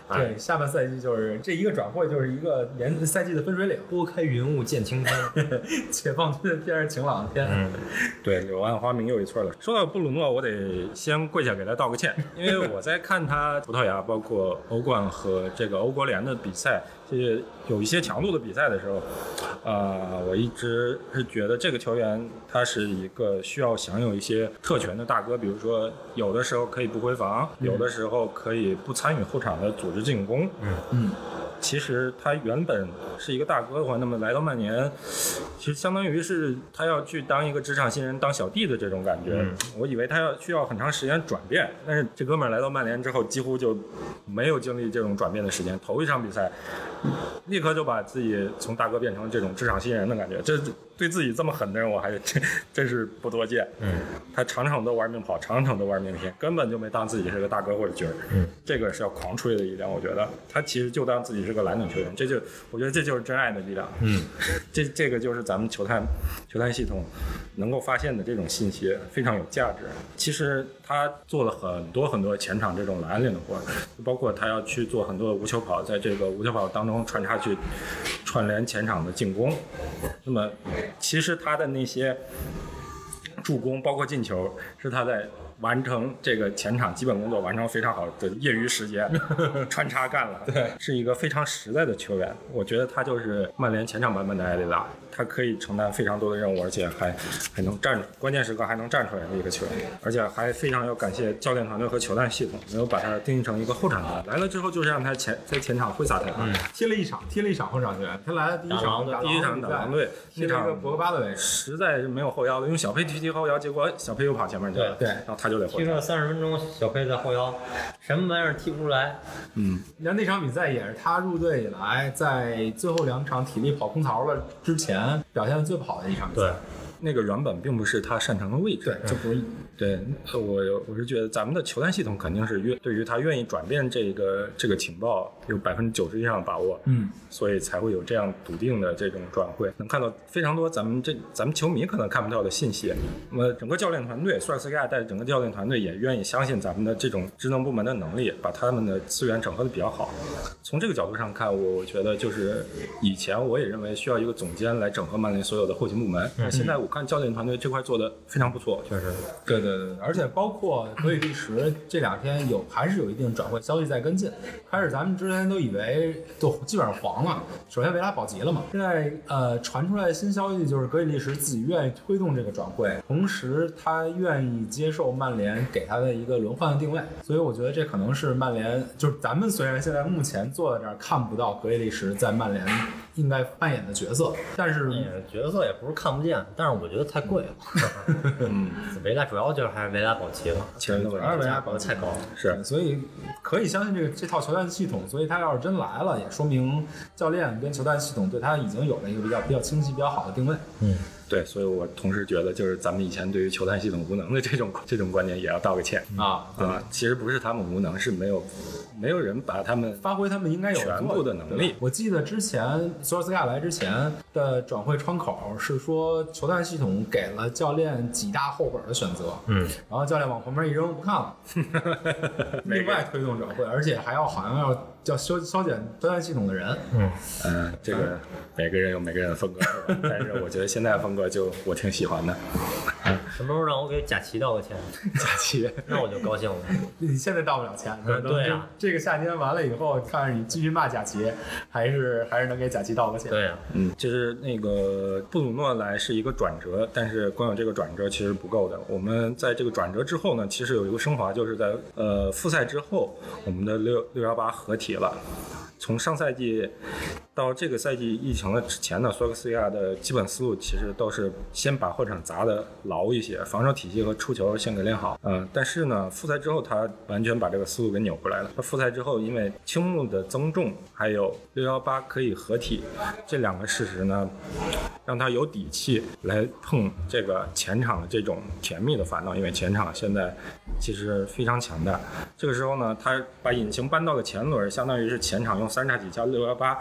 对，下半赛季就是这一个转会就是一个年赛季的分水岭， 拨开云雾见青天， 解放军变成晴朗的天。 嗯， 对，柳暗花明又一村了。说到布鲁诺，我得先跪下给他道个歉，因为我在看他葡萄牙包括欧冠和这个欧国联的比赛，这些有一些强度的比赛的时候，呃，我一直是觉得这个球员他是一个需要享有一些特权的大哥，比如说有的时候可以不回防，嗯、有的时候可以不参与后场的组织进攻。 嗯嗯。 其实他原本是一个大哥的话，那么来到曼联，其实相当于是他要去当一个职场新人、当小弟的这种感觉。嗯、我以为他要需要很长时间转变，但是这哥们儿来到曼联之后，几乎就没有经历这种转变的时间。头一场比赛，立刻就把自己从大哥变成这种职场新人的感觉。这对自己这么狠的人，我还真真是不多见。 嗯， 他场场都玩命跑，场场都玩命拼，根本就没当自己是个大哥或者角儿。 嗯， 这个是要狂吹的一点，我觉得他其实就当自己是个蓝领球员，这就我觉得这就是真爱的力量。 嗯， 这这个就是咱们球探球探系统能够发现的这种信息非常有价值。其实他做了很多很多前场这种蓝领的活，包括他要去做很多的无球跑，在这个无球跑当中穿插去串联前场的进攻。那么其实他的那些助攻包括进球是他在完成这个前场基本工作完成非常好的业余时间穿插干了。 对， 是一个非常实在的球员。我觉得他就是曼联前场版本的埃里拉，他可以承担非常多的任务，而且还还能站关键时刻还能站出来的一个球员，而且还非常要感谢教练团队和球探系统没有把他定义成一个后场球员，来了之后就是让他前在前场挥洒才华。 嗯，踢了一场踢了一场后场球员，他来了第一场第一场打狼队， 踢了一个博格巴的位置， 实在是没有后腰的，用小佩踢踢后腰，结果小佩又跑前面去了， 对， 然后他就得踢了三十分钟，小佩在后腰，什么玩意儿踢不出来。 嗯， 那那场比赛也是他入队以来，在最后两场体力跑空槽了之前表现的最不好的一场比赛。 对， 那个原本并不是他擅长的位置。 对，这不是。 对，我我是觉得咱们的球探系统肯定是愿对于他愿意转变这个这个情报有百分之九十以上的把握， 嗯， 所以才会有这样笃定的这种转会，能看到非常多咱们这咱们球迷可能看不到的信息。那么整个教练团队，索尔斯克亚带着整个教练团队也愿意相信咱们的这种职能部门的能力，把他们的资源整合的比较好。从这个角度上看，我我觉得就是以前我也认为需要一个总监来整合曼联所有的后勤部门，但现在我看教练团队这块做的非常不错， 确实。 对对对，而且包括格里利什这两天有还是有一定转会消息在跟进。开始咱们之前都以为都基本上黄了，首先维拉保级了嘛，现在呃传出来的新消息就是格里利什自己愿意推动这个转会，同时他愿意接受曼联给他的一个轮换的定位，所以我觉得这可能是曼联就是咱们虽然现在目前坐在这儿看不到格里利什在曼联应该扮演的角色，但是、 嗯、角色也不是看不见，但是我觉得太贵了。嗯，维拉主要就是还是维拉保级了， 钱的问题， 维拉保级太高了， 是， 所以可以相信这个这套球探系统，所以他要是真来了，也说明教练跟球探系统对他已经有了一个比较比较清晰、比较好的定位。 嗯。 对，所以我同时觉得，就是咱们以前对于球探系统无能的这种这种观点，也要道个歉啊啊！其实不是他们无能，是没有没有人把他们发挥他们应该有全部的能力。 我记得之前索尔斯克亚来之前的转会窗口是说，球探系统给了教练几大后本的选择， 嗯， 然后教练往旁边一扔，不看了，另外推动转会，而且还要好像要叫削削减球探系统的人， 嗯嗯、呃，这个每个人有每个人的风格，但是我觉得现在的风格就我挺喜欢的。 什么时候让我给贾奇道个歉？ 贾奇， 那我就高兴了。 你现在道不了歉， 嗯、对啊， 这个夏天完了以后，看着你继续骂贾奇，还是还是能给贾奇道个歉。 对啊， 嗯，就是那个布鲁诺来是一个转折，但是光有这个转折其实不够的。我们在这个转折之后呢，其实有一个升华，就是在呃复赛之后，我们的六六幺八合体了。从上赛季到这个赛季疫情的之前呢，索尔斯克亚的基本思路其实都是先把后场砸得牢一些，防守体系和出球先给练好。嗯、呃，但是呢，复赛之后他完全把这个思路给扭回来了。他复赛之后，因为青木的增重还有六幺八可以合体这两个事实呢，让他有底气来碰这个前场的这种甜蜜的烦恼，因为前场现在其实非常强大。这个时候呢，他把引擎搬到了前轮，相当于是前场用三叉戟加六幺八去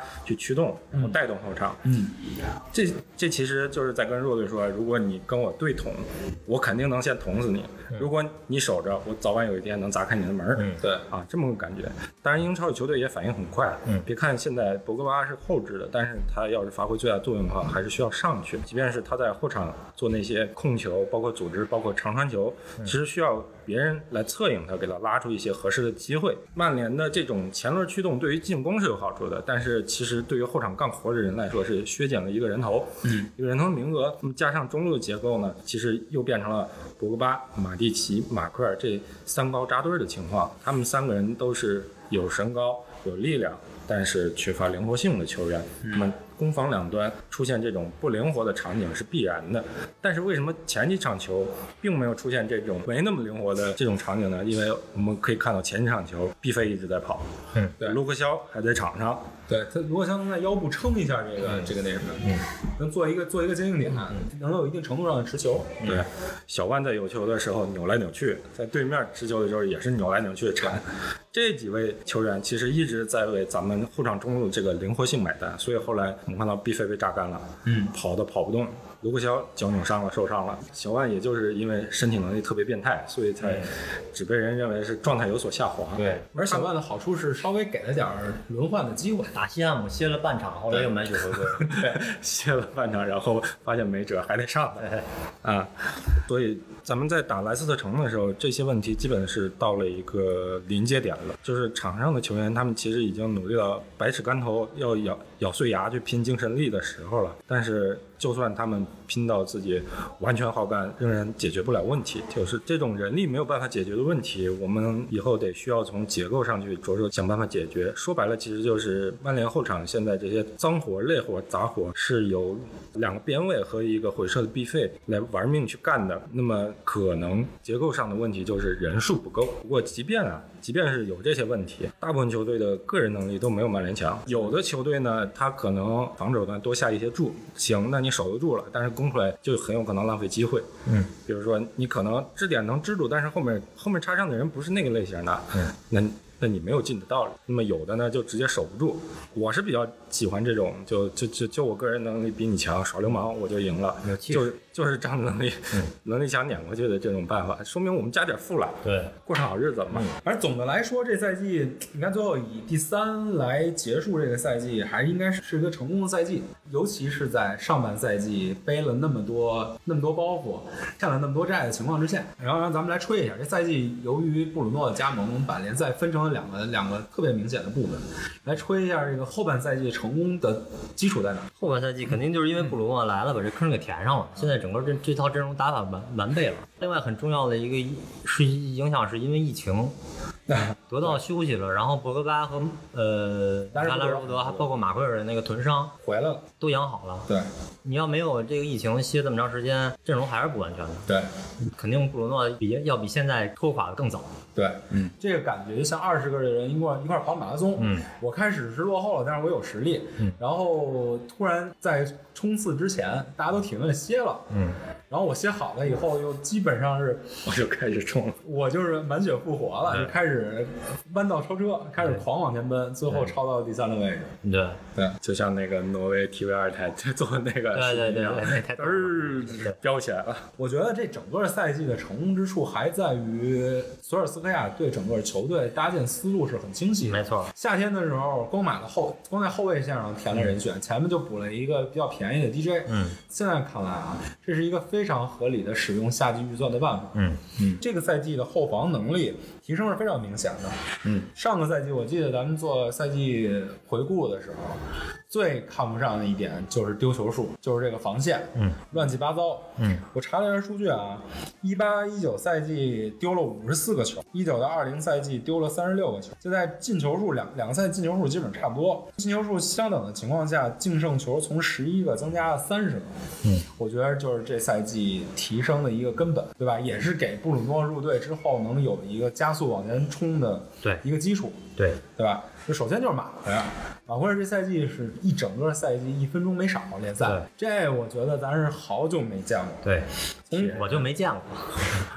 驱动，然后带动后场。 嗯， 这这其实就是在跟弱队说，如果你跟我对捅，我肯定能先捅死你。如果你守着，我早晚有一天能砸开你的门。 嗯， 对啊，这么个感觉。当然，英超的球队也反应很快。 嗯， 别看现在博格巴是后置的，但是他要是发挥最大作用的话，还是需要上去。即便是他在后场做那些控球，包括组织，包括长传球，其实需要别人来策应他，给他拉出一些合适的机会。曼联的这种前轮驱动对于进攻是有好处的，但是其实对于后场干活的人来说是削减了一个人头，嗯，一个人头名额。那么加上中路的结构呢，其实又变成了博格巴、马蒂奇、马奎尔这三高扎堆的情况。他们三个人都是有身高、有力量，但是缺乏灵活性的球员。那么攻防两端出现这种不灵活的场景是必然的，但是为什么前几场球并没有出现这种没那么灵活的这种场景呢？因为我们可以看到前几场球毕费一直在跑， 嗯， 对，卢克肖还在场上， 对他如果想能在腰部撑一下这个、嗯、这个那什么，嗯，能做一个做一个接应点，嗯、能有一定程度上的持球。 对，嗯、小万在有球的时候扭来扭去，在对面持球的时候也是扭来扭去的铲。这几位球员其实一直在为咱们后场中路这个灵活性买单，所以后来我们看到毕费被榨干了，嗯，跑都跑不动，卢克肖脚扭伤了，受伤了，小万也就是因为身体能力特别变态，所以才只被人认为是状态有所下滑。 对， 而小万的好处是稍微给了点轮换的机会， 打西汉姆歇了半场，后来又满血回归， 对，歇了半场，然后发现没辙，还得上来啊，所以咱们在打莱斯特城的时候，这些问题基本是到了一个临界点了。就是场上的球员，他们其实已经努力到百尺竿头，要咬咬碎牙去拼精神力的时候了。但是，就算他们拼到自己完全耗干，仍然解决不了问题。就是这种人力没有办法解决的问题，我们以后得需要从结构上去着手想办法解决。说白了，其实就是曼联后场现在这些脏活、累活、杂活是由两个边卫和一个回撤的毕费来玩命去干的。那么可能结构上的问题就是人数不够。不过即便啊。即便是有这些问题，大部分球队的个人能力都没有曼联强。有的球队呢，他可能防守端多下一些注，行，那你守得住了，但是攻出来就很有可能浪费机会。嗯，比如说你可能支点能支住，但是后面后面插上的人不是那个类型的，嗯，那那你没有进的道理。那么有的呢就直接守不住。我是比较喜欢这种，就就就就我个人能力比你强，耍流氓我就赢了，就是就是仗着能力、嗯、能力强撵过去的这种办法，说明我们加点负了， 对， 过上好日子了嘛。 嗯、而总的来说，这赛季你看最后以第三来结束这个赛季，还应该是一个成功的赛季，尤其是在上半赛季背了那么多那么多包袱，欠了那么多债的情况之下，然后让咱们来吹一下这赛季，由于布鲁诺的加盟，把联赛分成了两个两个特别明显的部分，来吹一下这个后半赛季成功的基础在哪？ 后半赛季肯定就是因为布鲁诺来了，把这坑给填上了。现在整个这这套阵容打法完完备了。另外很重要的一个是影响是因为疫情得到休息了，然后博格巴和呃拉拉什福德还包括马奎尔的那个臀伤回来了， 都养好了。 对， 你要没有这个疫情歇这么长时间，阵容还是不完全的。 对， 肯定布鲁诺比要比现在拖垮的更早。 对，嗯，这个感觉像二十个人一块一块跑马拉松，嗯，我开始是落后了，但是我有实力，嗯，然后突然在冲刺之前，大家都停了歇了，嗯，然后我歇好了以后，又基本上是我就开始冲了， 我就是满血复活了，就开始弯道超车，开始狂往前奔，最后超到第三的位置。 对对，就像那个挪威 T V 二台做那个， 对对对，那台嘚飙起来了。 我觉得这整个赛季的成功之处还在于索尔斯克亚对整个球队搭建思路是很清晰的。 没错， 夏天的时候光买了后，光在后卫线上填了人选，嗯、前面就补了一个比较便宜的 D J。嗯，现在看来啊，这是一个非常合理的使用夏季预算的办法。嗯嗯，这个赛季的后防能力提升是非常明显的。嗯，上个赛季我记得咱们做赛季回顾的时候，最看不上的一点就是丢球数，就是这个防线，嗯，乱七八糟。嗯，我查了一下数据啊，一八一九赛季丢了五十四个球，一九到二零赛季丢了三十六个球，就在进球数两两个赛季进球数基本差不多，进球数相等的情况下，净胜球从十一个增加了三十个。嗯，我觉得就是这赛季提升的一个根本，对吧？也是给布鲁诺入队之后能有一个加速往前冲的一个基础， 对对吧？就首先就是马奎尔，马奎尔这赛季是一整个赛季一分钟没少联赛，这我觉得咱是好久没见过。 对，我就没见过。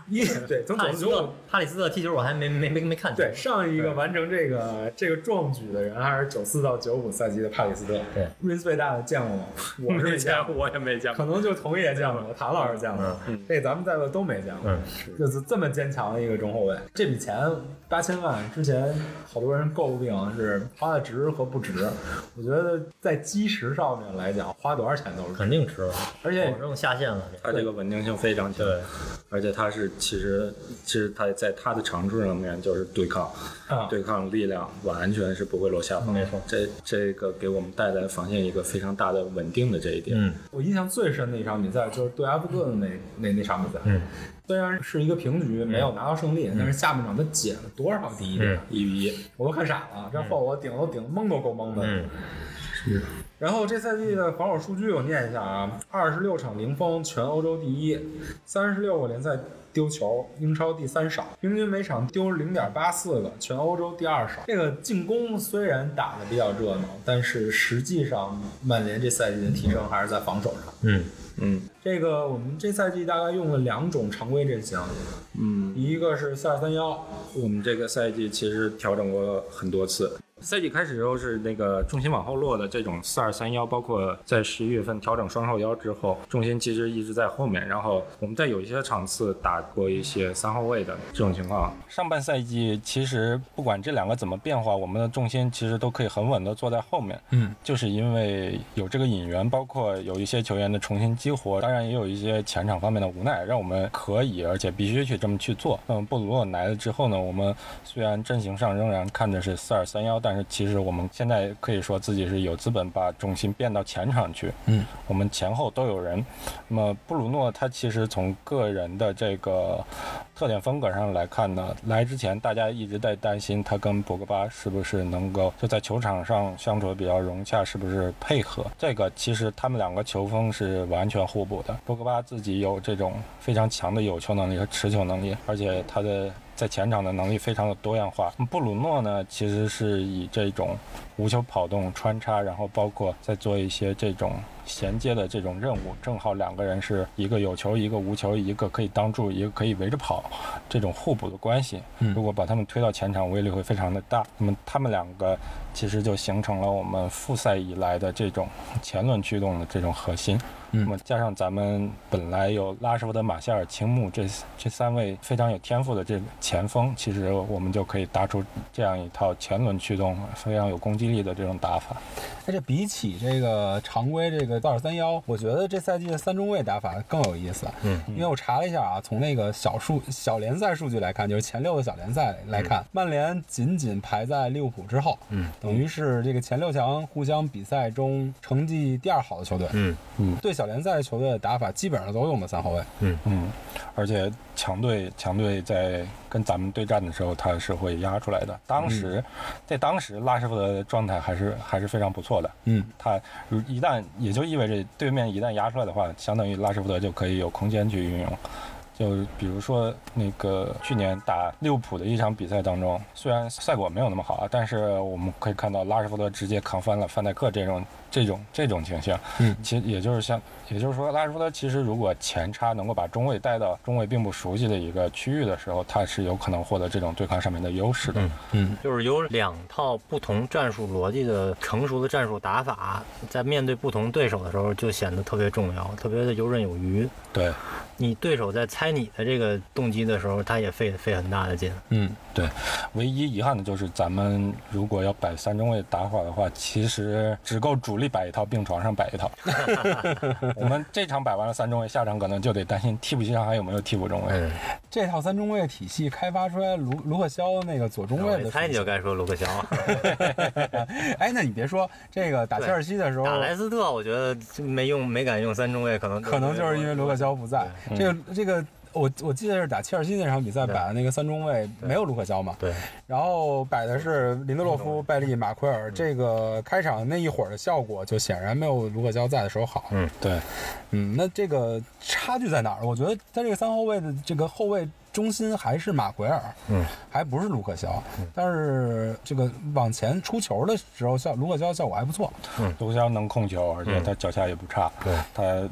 一对从帕里斯特九十九五帕里斯特踢球我还没没没没看清。 对上一个完成这个这个壮举的人还是九四到九五赛季的帕里斯特。 对， 瑞斯贝大的见过吗？我是没见过， 我也没见过， 可能就同也见过，谭老师见过， 嗯， 这咱们在座都没见过， 嗯， 就是这么坚强的一个中后卫。这笔钱八千万，之前好多人诟病是花的值和不值，我觉得在基石上面来讲，花多少钱都是肯定值， 而且保证下线了。 他这个稳定性非常强， 对， 而且他是其实其实他在他的长处上面就是对抗， 啊对抗力量完全是不会落下风， 没错， 这这个给我们带来防线一个非常大的稳定的这一点。 嗯， 我印象最深的一场比赛就是对埃弗顿那那那场比赛， 嗯， 虽然是一个平局，没有拿到胜利，但是下半场他捡了多少第一点， 一比一， 我都看傻了，这后我顶都顶蒙都够蒙的。 嗯， 是。然后这赛季的防守数据我念一下啊，二十六场零封，全欧洲第一，三十六个联赛丢球，英超第三少，平均每场丢零点八四个，全欧洲第二少。这个进攻虽然打得比较热闹，但是实际上曼联这赛季的提升还是在防守上。 嗯嗯， 这个我们这赛季大概用了两种常规阵型， 嗯， 一个是四二三幺， 我们这个赛季其实调整过很多次。赛季开始的时候是那个重心往后落的这种四二三幺，包括在十一月份调整双后腰之后，重心其实一直在后面。然后我们在有一些场次打过一些三后卫的这种情况。上半赛季其实不管这两个怎么变化，我们的重心其实都可以很稳的坐在后面。 嗯， 就是因为有这个引援，包括有一些球员的重新激活，当然也有一些前场方面的无奈，让我们可以而且必须去这么去做。那么布鲁诺来了之后呢，我们虽然阵型上仍然看的是四二三幺，但是其实我们现在可以说自己是有资本把重心变到前场去。 嗯， 我们前后都有人。那么布鲁诺他其实从个人的这个特点风格上来看呢，来之前大家一直在担心他跟博格巴是不是能够就在球场上相处的比较融洽，是不是配合。这个其实他们两个球风是完全互补的。博格巴自己有这种非常强的有球能力和持球能力，而且他的在前场的能力非常的多样化。布鲁诺呢，其实是以这种无球跑动穿插，然后包括在做一些这种衔接的这种任务，正好两个人是一个有球一个无球，一个可以当柱一个可以围着跑，这种互补的关系。如果把他们推到前场，威力会非常的大。那么他们两个其实就形成了我们复赛以来的这种前轮驱动的这种核心。那么加上咱们本来有拉什福德、马夏尔、青木这这三位非常有天赋的这个前锋，其实我们就可以打出这样一套前轮驱动非常有攻击力的这种打法。 那这比起这个常规这个四二三幺，我觉得这赛季的三中卫打法更有意思。 嗯， 因为我查了一下啊，从那个小数小联赛数据来看，就是前六的小联赛来看，嗯、曼联仅仅排在利物浦之后。 嗯， 等于是这个前六强互相比赛中成绩第二好的球队。 嗯嗯，对小联赛球队的打法基本上都用的三后卫。 嗯嗯，而且强队强队在跟咱们对战的时候，他是会压出来的。当时、嗯、在当时拉什福德的状态还是还是非常不错的。 嗯， 他一旦也就意味着对面一旦压出来的话，相当于拉什福德就可以有空间去运用。就比如说那个去年打利物浦的一场比赛当中，虽然赛果没有那么好啊，但是我们可以看到拉什福德直接扛翻了范戴克这种这种这种情形。 嗯， 其实也就是像，也就是说拉什福德其实如果前插能够把中卫带到中卫并不熟悉的一个区域的时候，他是有可能获得这种对抗上面的优势的。 嗯嗯， 就是有两套不同战术逻辑的成熟的战术打法，在面对不同对手的时候就显得特别重要，特别的游刃有余。 对。 你对手在猜你的这个动机的时候，他也费费很大的劲。 嗯，对。唯一遗憾的就是咱们如果要摆三中卫打法的话，其实只够主力摆一套，病床上摆一套。我们这场摆完了三中卫，下场可能就得担心替补席上还有没有替补中卫。 嗯、 这套三中卫体系开发出来卢卢克肖那个左中卫的， 我猜你就该说卢克肖。 哎，那你别说这个打切尔西的时候， 打莱斯特，我觉得没用，没敢用三中卫，可能可能就是因为卢克肖不在。这个这个，我我记得是打切尔西那场比赛摆的那个三中卫没有卢克肖嘛？ 对。 然后摆的是林德洛夫、拜利、马奎尔。这个开场那一会儿的效果就显然没有卢克肖在的时候好。 嗯， 对。 嗯，那这个差距在哪儿？我觉得他这个三后卫的这个后卫中心还是马奎尔， 嗯， 还不是卢克肖。 嗯、 但是这个往前出球的时候，效卢克肖效果还不错。 嗯，卢克肖能控球，而且他脚下也不差。 对、嗯， 他。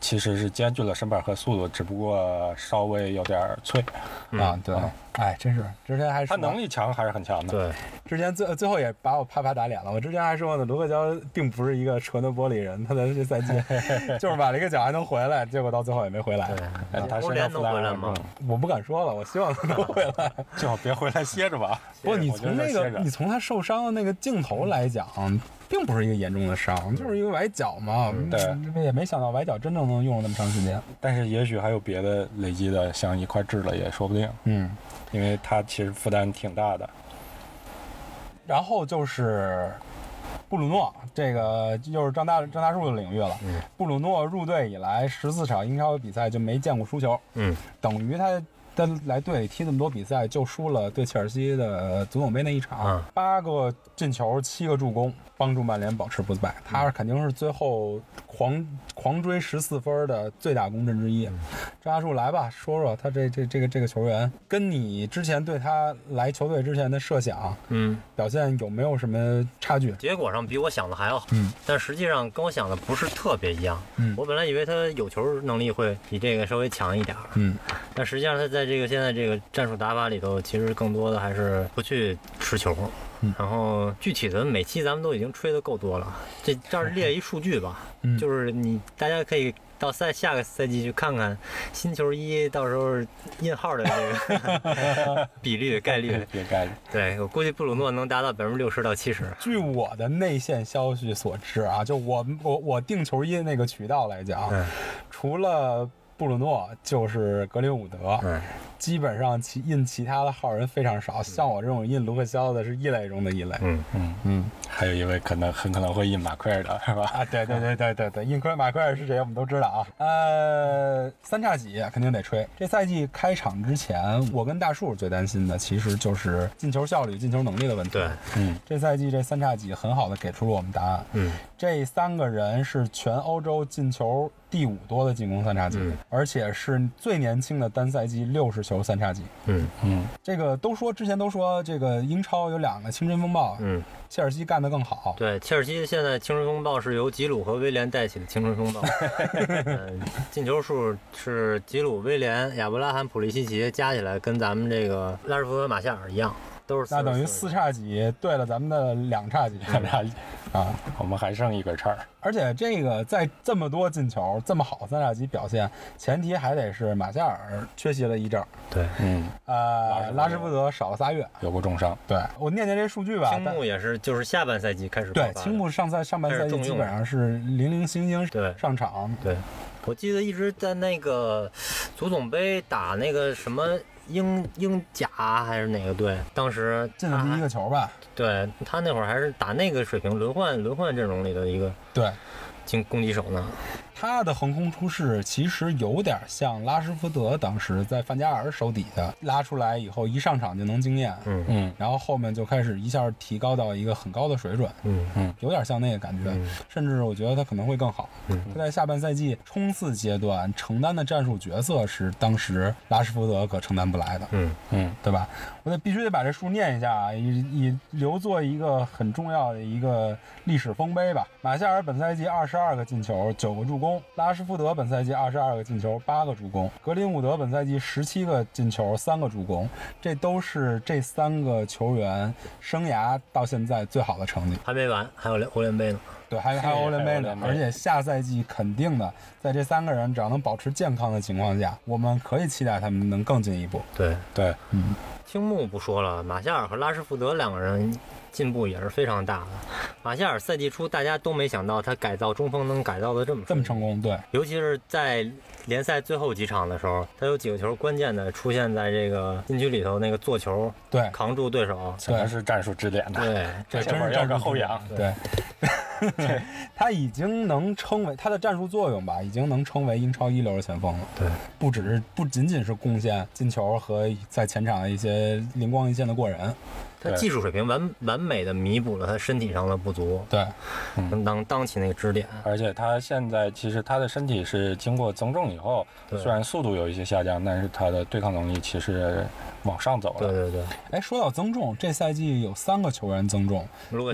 其实是兼具了身板和速度，只不过稍微有点脆。 啊，对，哎，真是之前还他说能力强还是很强的。 对， 之前最最后也把我啪啪打脸了。我之前还说呢，卢克肖并不是一个纯的玻璃人，他在这赛季就是把这个脚还能回来，结果到最后也没回来。 哎他欧联能回来吗？ 我不敢说了，我希望他能回来， 最好别回来歇着吧。 不过你从那个你从他受伤的那个镜头来讲，并不是一个严重的伤，就是一个崴脚嘛。 对， 也没想到崴脚真正能用那么长时间。 但是也许还有别的累积的，像一块治了也说不定。 嗯， 因为他其实负担挺大的。 然后就是布鲁诺，这个又是张大张大树的领域了。 嗯， 布鲁诺入队以来十四场英超比赛就没见过输球。 嗯， 等于他他来队里踢这么多比赛，就输了对切尔西的足总杯那一场，八、嗯、个进球，七个助攻，帮助曼联保持不败。他肯定是最后狂狂追十四分的最大功臣之一。嗯、张大树来吧，说说他这这这个这个球员，跟你之前对他来球队之前的设想， 嗯， 表现有没有什么差距？ 结果上比我想的还要好， 嗯， 但实际上跟我想的不是特别一样。 嗯， 我本来以为他有球能力会比这个稍微强一点， 嗯， 但实际上他在这个现在这个战术打法里头，其实更多的还是不去吃球。 嗯、 然后具体的每期咱们都已经吹得够多了，这这儿列一数据吧， 嗯、 就是你大家可以到赛下个赛季去看看新球衣到时候印号的这个比率概率概率。 对，我估计布鲁诺能达到百分之六十到七十。 据我的内线消息所知啊，就我我我订球衣的那个渠道来讲， 嗯、 除了布鲁诺就是格林伍德。 嗯， 基本上其印其他的号人非常少，像我这种印卢克肖的是异类中的异类。 嗯嗯嗯，还有一位可能很可能会印马奎尔的是吧？ 啊，对对对对对对，印奎马奎尔是谁我们都知道啊。呃，三叉戟肯定得吹。这赛季开场之前，我跟大树最担心的其实就是进球效率、进球能力的问题。 对， 嗯，这赛季这三叉戟很好的给出了我们答案。 嗯， 这三个人是全欧洲进球第五多的进攻三叉戟， 嗯、 而且是最年轻的单赛季六十球三叉戟。 嗯嗯， 这个都说之前都说这个英超有两个青春风暴， 嗯， 切尔西干得更好。 对，切尔西现在青春风暴是由吉鲁和威廉带起的青春风暴。嗯，进球数是吉鲁、威廉、亚布拉罕、普利西奇加起来跟咱们这个拉什福德、马夏尔一样。都是那等于四叉戟对了咱们的两叉戟， 两叉戟啊， 我们还剩一根叉。 而且这个在这么多进球、这么好三叉戟表现，前提还得是马夏尔缺席了一阵儿。 对， 嗯， 呃，拉什福德少了仨月， 有过重伤。 对，我念念这数据吧。 青木也是，就是下半赛季开始对，青木上赛上半赛季基本上是零零星星上场。 对，我记得一直在那个足总杯打那个什么。英英甲还是哪个队？当时进了第一个球吧？ 对，他那会儿还是打那个水平轮换轮换阵容里的一个对进攻击手呢。 他的横空出世其实有点像拉什福德当时在范加尔手底下拉出来以后，一上场就能惊艳， 嗯嗯，然后后面就开始一下提高到一个很高的水准， 嗯嗯，有点像那个感觉， 嗯、 甚至我觉得他可能会更好。 嗯， 他在下半赛季冲刺阶段承担的战术角色是当时拉什福德可承担不来的， 嗯嗯，对吧？我得必须得把这数念一下啊，以以留作一个很重要的一个历史丰碑吧。马夏尔本赛季二十二个进球，九个助攻；拉什福德本赛季二十二个进球，八个助攻；格林伍德本赛季十七个进球，三个助攻。这都是这三个球员生涯到现在最好的成绩。 还没完，还有欧联杯呢。 对，还有还有欧联杯呢，而且下赛季肯定的，在这三个人只要能保持健康的情况下，我们可以期待他们能更进一步。 对对， 嗯。 青木不说了，马夏尔和拉什福德两个人进步也是非常大的。马夏尔赛季初大家都没想到他改造中锋能改造的这么这么成功，对， 尤其是在联赛最后几场的时候，他有几个球关键的出现在这个禁区里头，那个做球， 对， 扛住对手， 全是战术支点的， 对， 这真是战术后仰， 对。对，他已经能称为他的战术作用吧，已经能称为英超一流的前锋了。 对， 不只是不仅仅是贡献进球和在前场的一些灵光一现的过人， 他技术水平完完美的弥补了他身体上的不足， 对， 能当当起那个支点。 而且他现在其实他的身体是经过增重以后，虽然速度有一些下降，但是他的对抗能力其实往上走了。 对对对。 哎，说到增重，这赛季有三个球员增重， 卢克肖、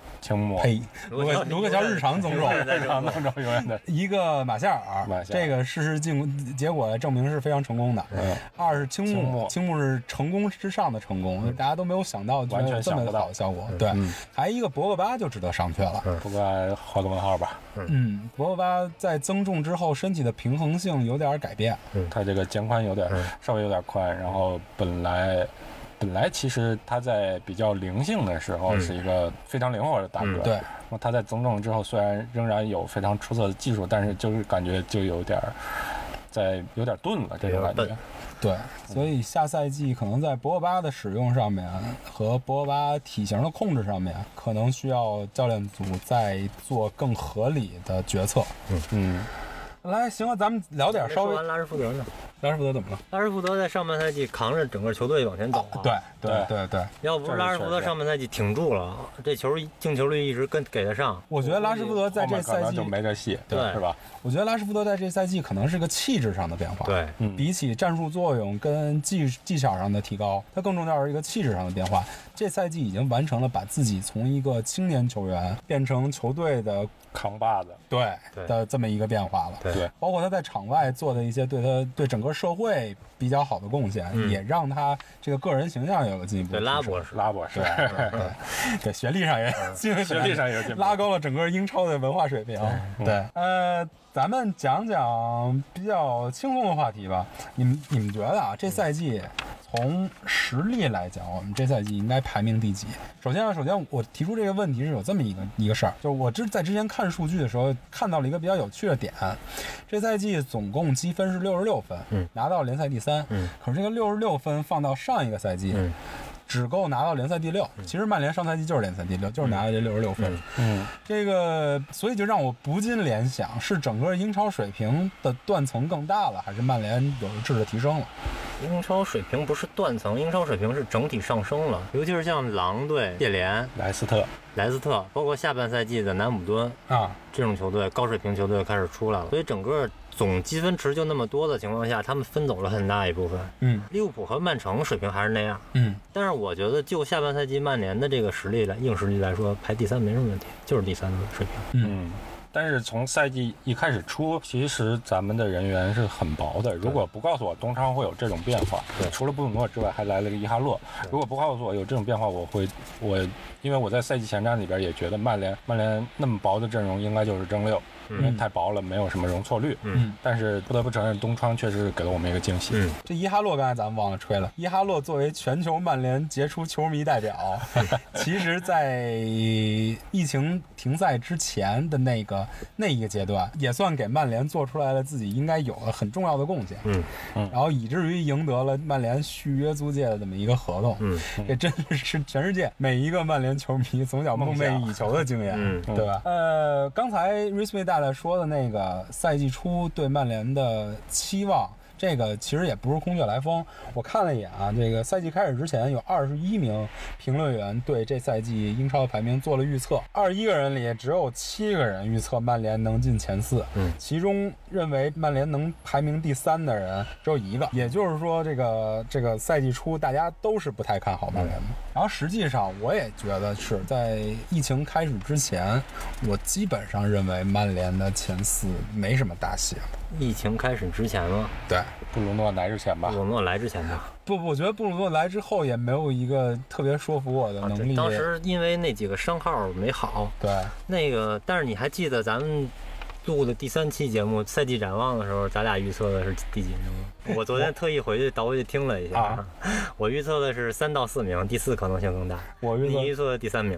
青木， 呸，卢克卢克乔日常增重， 日常增重永远的一个马夏尔， 马夏尔这个事实进结果证明是非常成功的。 嗯， 二是青木， 青木青木是成功之上的成功，大家都没有想到完全这么想不到好的效果。对，还一个博格巴就值得商榷了。 不过画个问号吧。 嗯，博格巴在增重之后，身体的平衡性有点改变。 嗯，他这个肩宽有点稍微有点宽，然后本来。本来其实他在比较灵性的时候是一个非常灵活的大哥， 嗯、对。 那他在增重之后，虽然仍然有非常出色的技术，但是就是感觉就有点在有点钝了，这种感觉。 对，所以下赛季可能在博格巴的使用上面和博格巴体型的控制上面，可能需要教练组再做更合理的决策。 嗯嗯。 来，行了，咱们聊点稍微。 说完拉什福德呢？ 拉什福德怎么了？ 拉什福德在上半赛季扛着整个球队往前走、啊哦。对对对对， 要不是拉什福德上半赛季挺住了，这球进球率一直跟给得上。 我觉得拉什福德在这赛季就没这戏， 对， 是吧？ 我觉得拉什福德在这赛季可能是个气质上的变化。 对， 嗯、比起战术作用跟技技巧上的提高，他更重要的是一个气质上的变化。这赛季已经完成了把自己从一个青年球员变成球队的扛把子， 对的这么一个变化了。 对， 包括他在场外做的一些对他对整个社会比较好的贡献，嗯、也让他这个个人形象有了进一步。 对，拉博士， 拉博士， 对对对，对学历上也学历上也拉高了整个英超的文化水平。对，呃。咱们讲讲比较轻松的话题吧。你们你们觉得啊，这赛季从实力来讲，我们这赛季应该排名第几？首先啊，首先我提出这个问题是有这么一个一个事儿，就是我之在之前看数据的时候看到了一个比较有趣的点。这赛季总共积分是六十六分，嗯，拿到联赛第三，嗯，可是这个六十六分放到上一个赛季，嗯。只够拿到联赛第六，其实曼联上赛季就是联赛第六，就是拿了这六十六分。 嗯， 这个所以就让我不禁联想，是整个英超水平的断层更大了，还是曼联有质的提升了？ 英超水平不是断层，英超水平是整体上升了，尤其是像狼队、谢联、 莱斯特、 莱斯特，包括下半赛季的南姆敦啊这种球队，高水平球队开始出来了，所以整个总积分池就那么多的情况下，他们分走了很大一部分。 嗯， 利物浦和曼城水平还是那样。 嗯， 但是我觉得就下半赛季曼联的这个实力来，硬实力来说，排第三没什么问题，就是第三的水平。 嗯。但是从赛季一开始出，其实咱们的人员是很薄的。如果不告诉我东超会有这种变化，对，除了布鲁诺之外，还来了个伊哈洛。如果不告诉我有这种变化，我会我因为我在赛季前瞻里边也觉得曼联曼联那么薄的阵容应该就是争六。因为太薄了，没有什么容错率。嗯，但是不得不承认，东窗确实给了我们一个惊喜。 嗯， 这伊哈洛刚才咱们忘了吹了。伊哈洛作为全球曼联杰出球迷代表，其实在疫情停赛之前的那个那一个阶段，也算给曼联做出来了自己应该有的很重要的贡献。 嗯嗯，然后以至于赢得了曼联续约租借的这么一个合同。 嗯， 这真的是全世界每一个曼联球迷从小梦寐以求的经验。 嗯， 对吧？呃，刚才瑞斯维大大说的那个赛季初对曼联的期望，这个其实也不是空穴来风。我看了一眼啊，这个赛季开始之前有二十一名评论员对这赛季英超的排名做了预测，二十一个人里只有七个人预测曼联能进前四， 嗯， 其中认为曼联能排名第三的人只有一个，也就是说这个这个赛季初大家都是不太看好曼联的。然后实际上我也觉得是在疫情开始之前，我基本上认为曼联的前四没什么大戏了。 疫情开始之前吗？ 对， 布鲁诺来之前吧。 布鲁诺来之前吧。 不，我觉得布鲁诺来之后也没有一个特别说服我的能力。 啊、当时因为那几个伤号没好。 对。 那个，但是你还记得咱们录的第三期节目赛季展望的时候，咱俩预测的是第几名吗？我昨天特意回去倒回去听了一下，啊、我预测的是三到四名，第四可能性更大。 我预测你预测的第三名，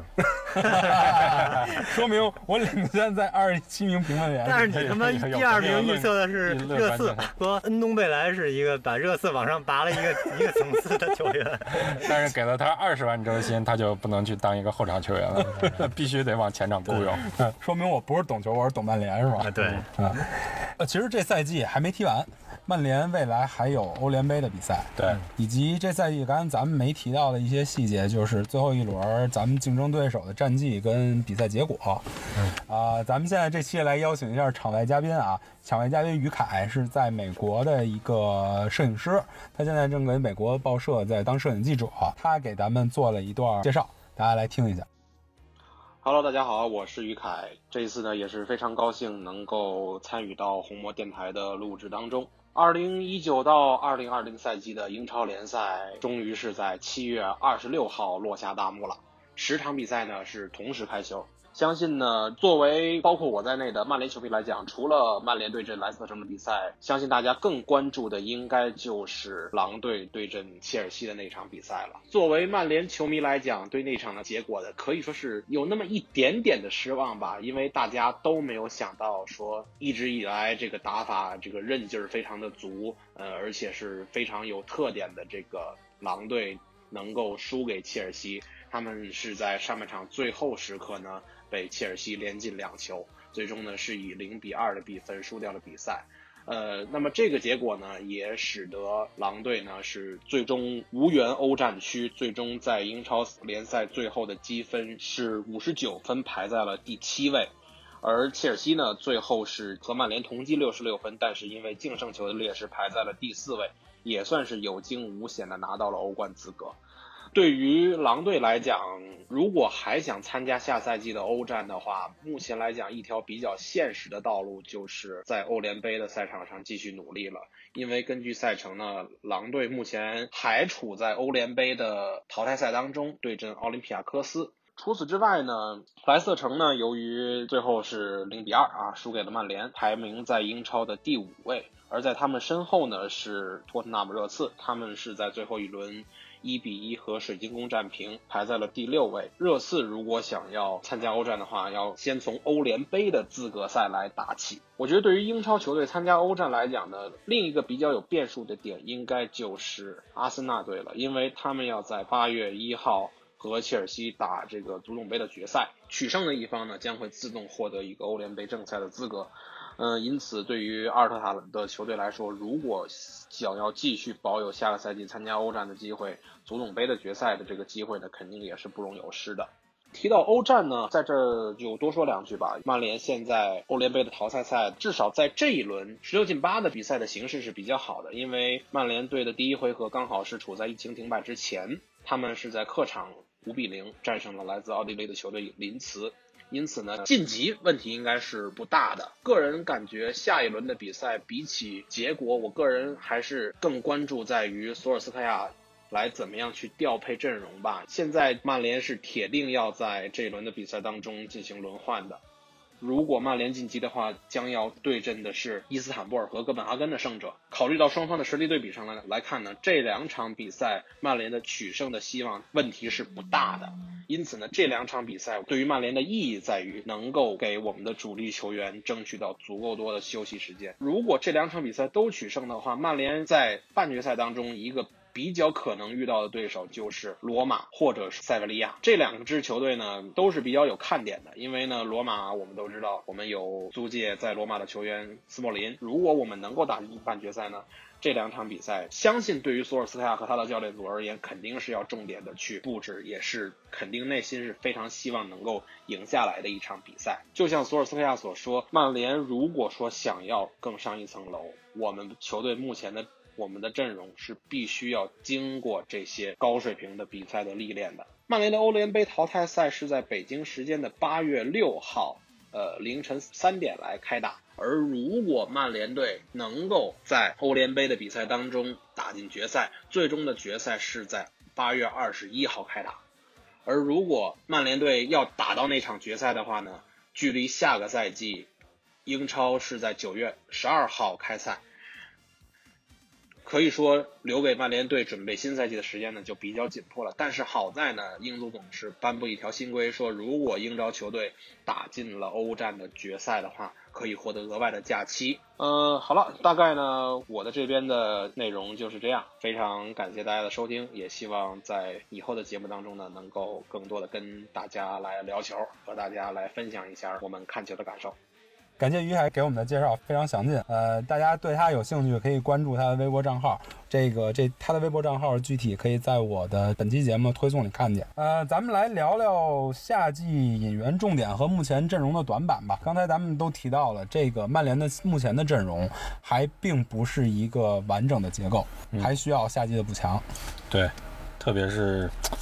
说明我领先在二十七名评论员。 但是你他妈第二名预测的是热刺，说恩东贝莱是一个把热刺往上拔了一个一个层次的球员， 但是给了他二十万周薪，他就不能去当一个后场球员了，必须得往前场雇佣。 说明我不是懂球，我是懂曼联，是吧？ 啊，对， 啊，呃，其实这赛季还没踢完。曼联未来还有欧联杯的比赛， 对， 以及这赛季刚才咱们没提到的一些细节，就是最后一轮咱们竞争对手的战绩跟比赛结果。嗯，啊、呃，咱们现在这期来邀请一下场外嘉宾啊，场外嘉宾于凯是在美国的一个摄影师，他现在正给美国报社在当摄影记者，他给咱们做了一段介绍，大家来听一下。 Hello， 大家好，我是于凯。这一次呢，也是非常高兴能够参与到红魔电台的录制当中。二零一九到二零二零赛季的英超联赛终于是在七月二十六号落下大幕了。十场比赛呢是同时开球。相信呢，作为包括我在内的曼联球迷来讲，除了曼联对阵莱斯特城的比赛，相信大家更关注的应该就是狼队对阵切尔西的那场比赛了。作为曼联球迷来讲，对那场的结果的可以说是有那么一点点的失望吧，因为大家都没有想到说一直以来这个打法这个韧劲儿非常的足，呃，而且是非常有特点的这个狼队能够输给切尔西。他们是在上半场最后时刻呢被切尔西连进两球，最终呢是以零比二的比分输掉了比赛。呃，那么这个结果呢，也使得狼队呢是最终无缘欧战区，最终在英超联赛最后的积分是五十九分，排在了第七位。而切尔西呢，最后是和曼联同积六十六分，但是因为净胜球的劣势排在了第四位，也算是有惊无险的拿到了欧冠资格。对于狼队来讲，如果还想参加下赛季的欧战的话，目前来讲一条比较现实的道路就是在欧联杯的赛场上继续努力了。因为根据赛程呢，狼队目前还处在欧联杯的淘汰赛当中，对阵奥林匹亚科斯。除此之外呢，莱斯特城呢，由于最后是零比二啊输给了曼联，排名在英超的第五位。而在他们身后呢是托特纳姆热刺，他们是在最后一轮一比一和水晶宫战平，排在了第六位。热刺如果想要参加欧战的话，要先从欧联杯的资格赛来打起。我觉得对于英超球队参加欧战来讲呢，另一个比较有变数的点应该就是阿森纳队了，因为他们要在八月一号和切尔西打这个足总杯的决赛，取胜的一方呢将会自动获得一个欧联杯正赛的资格。嗯，因此对于阿尔特塔的球队来说，如果想要继续保有下个赛季参加欧战的机会，足总杯的决赛的这个机会呢，肯定也是不容有失的。提到欧战呢，在这就多说两句吧。曼联现在欧联杯的淘汰赛，至少在这一轮十六进八的比赛的形势是比较好的，因为曼联队的第一回合刚好是处在疫情停摆之前，他们是在客场五比零战胜了来自奥地利的球队林茨。因此呢，晋级问题应该是不大的。个人感觉下一轮的比赛比起结果，我个人还是更关注在于索尔斯克亚来怎么样去调配阵容吧。现在曼联是铁定要在这一轮的比赛当中进行轮换的。如果曼联晋级的话，将要对阵的是伊斯坦布尔和哥本哈根的胜者。考虑到双方的实力对比上来来看呢，这两场比赛曼联的取胜的希望问题是不大的。因此呢，这两场比赛对于曼联的意义在于能够给我们的主力球员争取到足够多的休息时间。如果这两场比赛都取胜的话，曼联在半决赛当中一个比较可能遇到的对手就是罗马或者是塞维利亚。这两支球队呢都是比较有看点的，因为呢罗马我们都知道，我们有租借在罗马的球员斯莫林。如果我们能够打进半决赛呢，这两场比赛相信对于索尔斯克亚和他的教练组而言，肯定是要重点的去布置，也是肯定内心是非常希望能够赢下来的一场比赛。就像索尔斯克亚所说，曼联如果说想要更上一层楼，我们球队目前的我们的阵容是必须要经过这些高水平的比赛的历练的。曼联的欧联杯淘汰赛是在北京时间的八月六号呃凌晨三点来开打，而如果曼联队能够在欧联杯的比赛当中打进决赛，最终的决赛是在八月二十一号开打。而如果曼联队要打到那场决赛的话呢，距离下个赛季英超是在九月十二号开赛，可以说留给曼联队准备新赛季的时间呢就比较紧迫了。但是好在呢，英足总是颁布一条新规，说如果英超球队打进了欧战的决赛的话，可以获得额外的假期。呃，好了，大概呢我的这边的内容就是这样，非常感谢大家的收听，也希望在以后的节目当中呢能够更多的跟大家来聊球，和大家来分享一下我们看球的感受。 感谢于海给我们的介绍，非常详尽。呃，大家对他有兴趣可以关注他的微博账号，这个这他的微博账号具体可以在我的本期节目推送里看见。呃，咱们来聊聊夏季引援重点和目前阵容的短板吧。刚才咱们都提到了，这个曼联的目前的阵容还并不是一个完整的结构，还需要夏季的补强。 对，特别是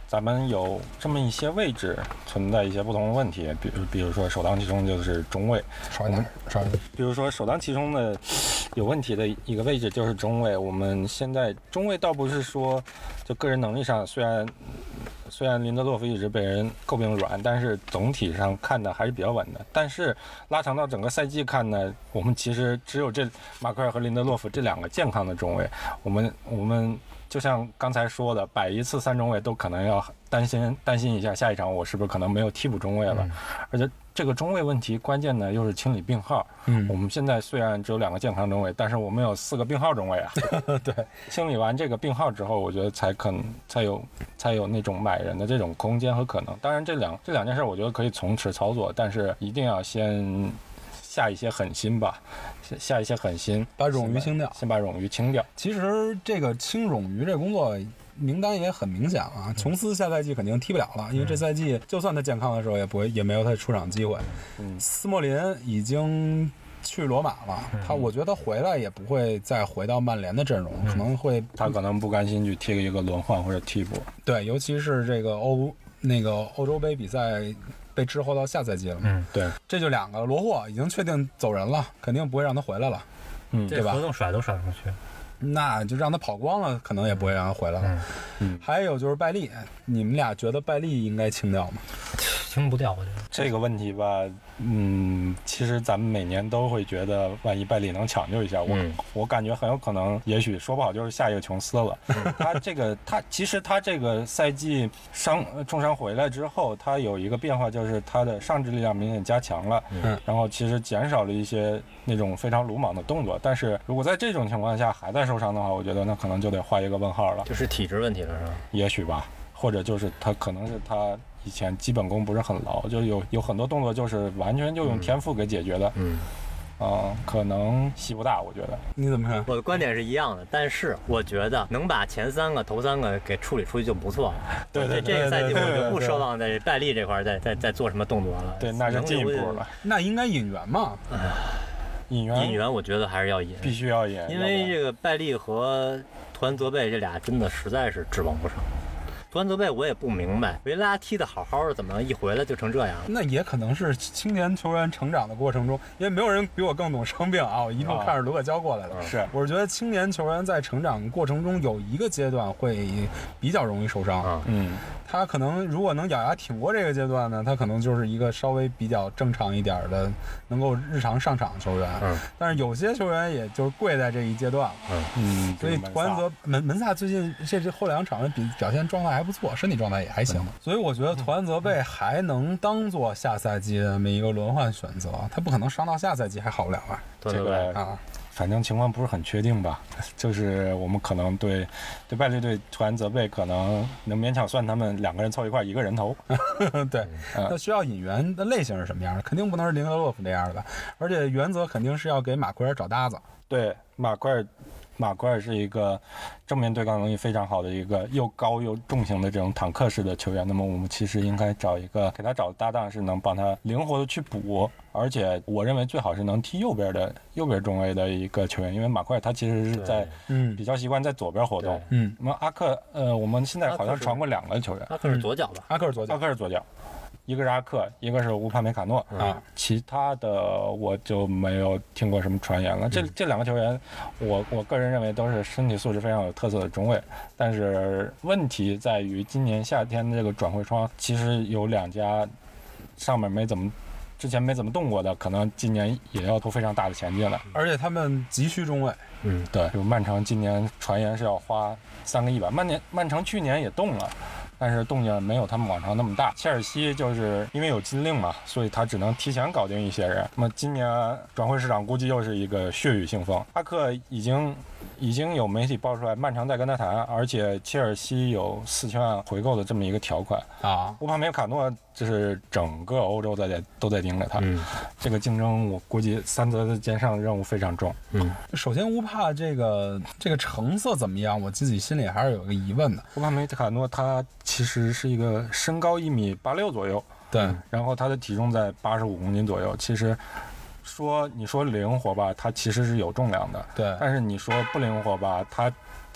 咱们有这么一些位置存在一些不同的问题，比如比如说首当其冲就是中卫， 稍一点，稍一点。 比如说首当其冲的有问题的一个位置就是中卫。我们现在中卫倒不是说就个人能力上，虽然虽然林德洛夫一直被人诟病软，但是总体上看的还是比较稳的。但是拉长到整个赛季看呢，我们其实只有这马奎尔和林德洛夫这两个健康的中卫，我们我们。就像刚才说的，摆一次三中卫都可能要担心担心一下，下一场我是不是可能没有替补中卫了？嗯、而且这个中卫问题关键呢又是清理病号。嗯，我们现在虽然只有两个健康中卫，但是我们有四个病号中卫啊。对，清理完这个病号之后，我觉得才可能才有才有那种买人的这种空间和可能。当然，这两这两件事我觉得可以从迟操作，但是一定要先下一些狠心吧。下一些狠心， 把冗余清掉， 先把冗余清掉。 其实这个清冗余这工作名单也很明显啊，琼斯下赛季肯定踢不了了，因为这赛季就算他健康的时候也不会也没有他出场机会。嗯，斯莫林已经去罗马了，他我觉得他回来也不会再回到曼联的阵容，可能会他可能不甘心去踢一个轮换或者替补。 对，尤其是这个欧那个欧洲杯比赛。被滞后到下赛季了， 嗯，对， 这就两个，罗霍已经确定走人了，肯定不会让他回来了， 嗯， 对吧？ 合同甩都甩不出去， 那就让他跑光了，可能也不会让他回来了。嗯，嗯还有就是拜利，你们俩觉得拜利应该清掉吗？ 清不掉，我觉得这个问题吧，嗯，其实咱们每年都会觉得，万一拜利能抢救一下，我、嗯、我感觉很有可能，也许说不好就是下一个琼斯了。嗯、他这个他其实他这个赛季伤重伤回来之后，他有一个变化，就是他的上肢力量明显加强了，嗯，然后其实减少了一些那种非常鲁莽的动作。但是如果在这种情况下还在受伤的话，我觉得那可能就得画一个问号了， 就是体质问题了，是吧？ 也许吧，或者就是他可能是他。以前基本功不是很牢，就有有很多动作就是完全就用天赋给解决的。嗯，啊、呃，可能戏不大，我觉得。 你怎么看？ 我的观点是一样的，但是我觉得能把前三个、头三个给处理出去就不错了。 对对对， 这个赛季我就不奢望在拜利这块再再再做什么动作了。 对，那是进一步了。 那应该引援嘛？ 引援， 引援，我觉得还是要引， 必须要引， 因为这个拜利和图兰泽贝这俩真的实在是指望不上。图兰泽贝我也不明白，维拉踢得好好的，怎么一回来就成这样？ 那也可能是青年球员成长的过程中，因为没有人比我更懂伤病啊，我一路看着卢克肖过来的。 啊、是， 我是觉得青年球员在成长过程中有一个阶段会比较容易受伤。 啊、嗯。 他可能如果能咬牙挺过这个阶段呢，他可能就是一个稍微比较正常一点的，能够日常上场的球员。嗯。但是有些球员也就是跪在这一阶段。 嗯嗯。 所以图兰泽门门萨最近这这后两场比表现状态还不错，身体状态也还行。嗯、所以我觉得图兰泽贝还能当做下赛季的这么一个轮换选择，他不可能伤到下赛季还好不了啊。 这个啊。反正情况不是很确定吧，就是我们可能对对拜利对图兰泽贝可能能勉强算他们两个人凑一块一个人头。 对，嗯、那需要引援的类型是什么样的？肯定不能是林德洛夫这样的，而且原则肯定是要给马奎尔找搭子。 对，马奎尔。马奎尔是一个正面对抗能力非常好的一个又高又重型的这种坦克式的球员，那么我们其实应该找一个给他找搭档，是能帮他灵活的去补，而且我认为最好是能踢右边的右边中卫的一个球员，因为马奎尔他其实是在嗯比较习惯在左边活动。嗯，那么阿克呃我们现在好像传过两个球员， 阿克是左脚吧？ 阿克是左脚， 阿克是左脚。一个是阿克，一个是乌帕梅卡诺啊，其他的我就没有听过什么传言了。这这两个球员，我我个人认为都是身体素质非常有特色的中卫，但是问题在于今年夏天的这个转会窗，其实有两家上面没怎么。之前没怎么动过的，可能今年也要投非常大的钱进来， 而且他们急需中卫。 嗯，对，就曼城今年传言是要花三个亿吧，曼联曼城去年也动了。但是动静没有他们往常那么大。切尔西就是因为有禁令嘛，所以他只能提前搞定一些人。那么今年转会市场估计又是一个血雨腥风。阿克已经已经有媒体爆出来，曼城在跟他谈，而且切尔西有四千万回购的这么一个条款啊。乌帕梅卡诺就是整个欧洲在都在盯着他，嗯，这个竞争我估计三泽的肩上任务非常重。 嗯，首先乌帕这个这个成色怎么样，我自己心里还是有个疑问的。 乌帕梅卡诺他其实是一个身高一米八六左右， 对、 嗯，然后他的体重在八十五公斤左右。其实说你说灵活吧，他其实是有重量的， 对， 但是你说不灵活吧，他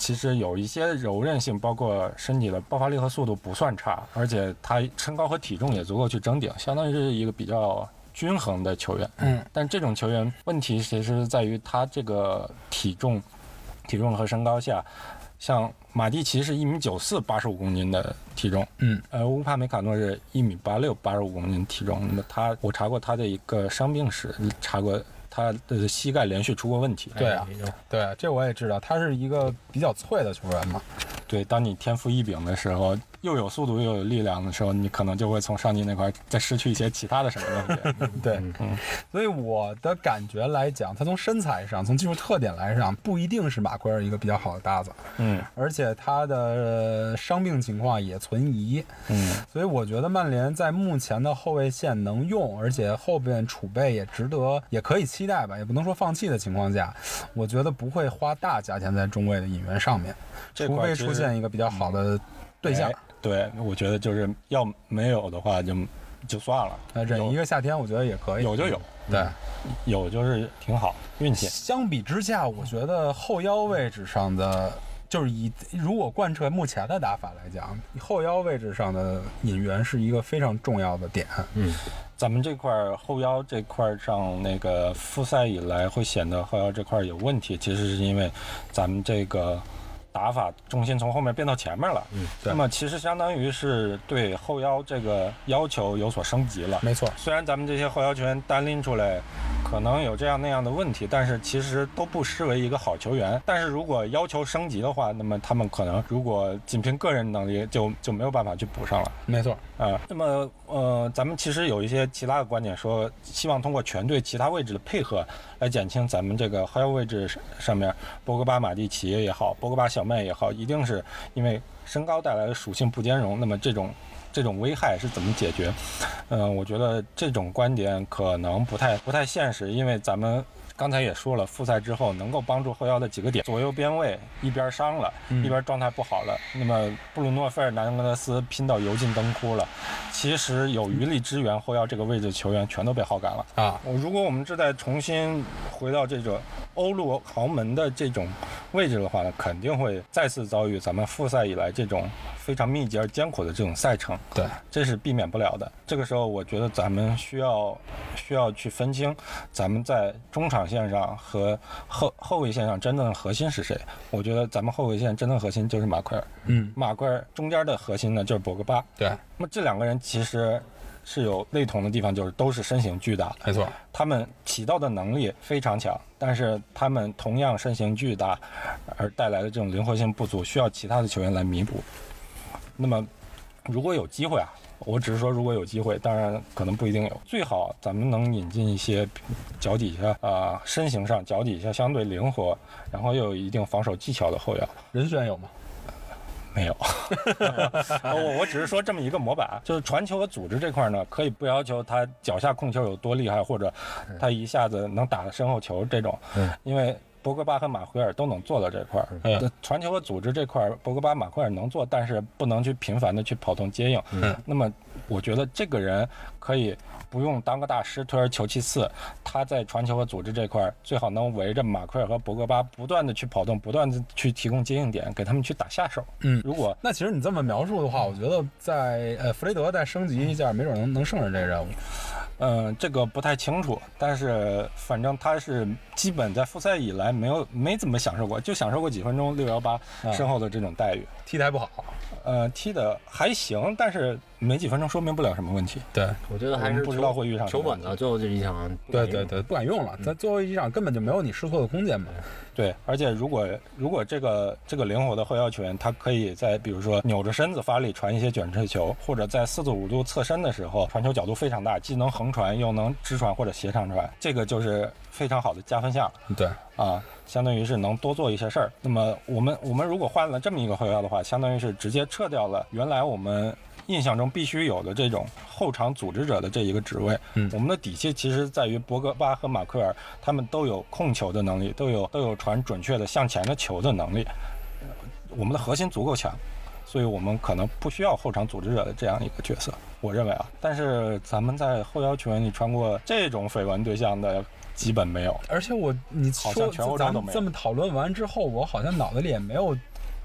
其实有一些柔韧性，包括身体的爆发力和速度不算差，而且他身高和体重也足够去争顶，相当于是一个比较均衡的球员。 嗯， 但这种球员问题其实在于他这个体重、体重和身高下，像马蒂奇是一米九四，八十五公斤的体重， 嗯， 呃，乌帕梅卡诺是一米八六，八十五公斤体重。那么他，我查过他的一个伤病史，查过。他的膝盖连续出过问题。 对啊，对，这我也知道，他是一个比较脆的球员嘛。 对，当你天赋异禀的时候，又有速度又有力量的时候，你可能就会从上臂那块再失去一些其他的什么东西。 对，嗯，所以我的感觉来讲，他从身材上，从技术特点来讲，不一定是马奎尔一个比较好的搭子。 嗯， 而且他的伤病情况也存疑。 嗯， 所以我觉得曼联在目前的后卫线能用，而且后边储备也值得，也可以期待吧，也不能说放弃的情况下，我觉得不会花大价钱在中卫的引援上面，除非出现一个比较好的对象。 哎、对，我觉得就是要没有的话就就算了， 呃，忍一个夏天我觉得也可以， 有就有， 对， 有就是挺好，运气。 相比之下，我觉得后腰位置上的。就是以如果贯彻目前的打法来讲，后腰位置上的引援是一个非常重要的点。 嗯，咱们这块后腰这块上那个复赛以来会显得后腰这块有问题，其实是因为咱们这个打法重心从后面变到前面了。 嗯， 那么其实相当于是对后腰这个要求有所升级了。 没错， 虽然咱们这些后腰球员单拎出来可能有这样那样的问题，但是其实都不失为一个好球员。但是如果要求升级的话，那么他们可能如果仅凭个人能力就就没有办法去补上了。 没错啊、呃，那么呃，咱们其实有一些其他的观点说，希望通过全队其他位置的配合来减轻咱们这个后腰位置上面博格巴、马蒂奇也好，博格巴、小麦也好，一定是因为身高带来的属性不兼容。那么这种这种危害是怎么解决？嗯、呃，我觉得这种观点可能不太不太现实，因为咱们刚才也说了，复赛之后能够帮助后腰的几个点，左右边位一边伤了， 嗯、 一边状态不好了，那么布鲁诺·费尔南德斯拼到油尽灯枯了，其实有余力支援后腰这个位置的球员全都被耗干了啊！ 如果我们这再重新回到这个欧陆豪门的这种位置的话呢，肯定会再次遭遇咱们复赛以来这种非常密集而艰苦的这种赛程。 对， 这是避免不了的。这个时候，我觉得咱们需要需要去分清，咱们在中场线上和后后卫线上真正的核心是谁。我觉得咱们后卫线真正核心就是马奎尔， 嗯， 马奎尔中间的核心呢就是博格巴。 对， 那么这两个人其实是有类同的地方，就是都是身形巨大， 没错， 他们起到的能力非常强，但是他们同样身形巨大而带来的这种灵活性不足，需要其他的球员来弥补。那么如果有机会啊，我只是说如果有机会，当然可能不一定有，最好咱们能引进一些脚底下啊、呃、身形上脚底下相对灵活，然后又有一定防守技巧的后腰。 人选有吗？ 没有我我只是说这么一个模板，就是传球和组织这块呢，可以不要求他脚下控球有多厉害，或者他一下子能打身后球这种，因为博格巴和马奎尔都能做到这块，嗯，传球和组织这块，博格巴、马奎尔能做，但是不能去频繁的去跑动接应。嗯，那么我觉得这个人可以不用当个大师推而求其次，他在传球和组织这块最好能围着马奎尔和博格巴不断的去跑动，不断的去提供接应点，给他们去打下手。 嗯， 如果那其实你这么描述的话，我觉得在呃弗雷德再升级一下，没准能能胜任这任务。 嗯、呃，这个不太清楚，但是反正他是基本在复赛以来没有没怎么享受过，就享受过几分钟六幺八身后的这种待遇， 嗯、踢得还不好。 呃，踢的还行，但是没几分钟说明不了什么问题。 对， 我觉得还是不知道会遇上球稳了，最后这一场。 对对对，不敢用了。在最后一场根本就没有你试错的空间嘛。 对，而且如果如果这个这个灵活的后腰球员，他可以在比如说扭着身子发力传一些卷射球，或者在四十五度侧身的时候传球角度非常大，既能横传又能直传或者斜长传，这个就是非常好的加分项。 对啊，相当于是能多做一些事儿。那么我们我们如果换了这么一个后腰的话，相当于是直接撤掉了原来我们印象中必须有的这种后场组织者的这一个职位。 嗯， 我们的底气其实在于博格巴和马奎尔，他们都有控球的能力，都有都有传准确的向前的球的能力。我们的核心足够强，所以我们可能不需要后场组织者的这样一个角色，我认为啊。但是咱们在后腰球员里传过这种绯闻对象的基本没有， 而且我你说咱们这么讨论完之后，我好像脑子里也没有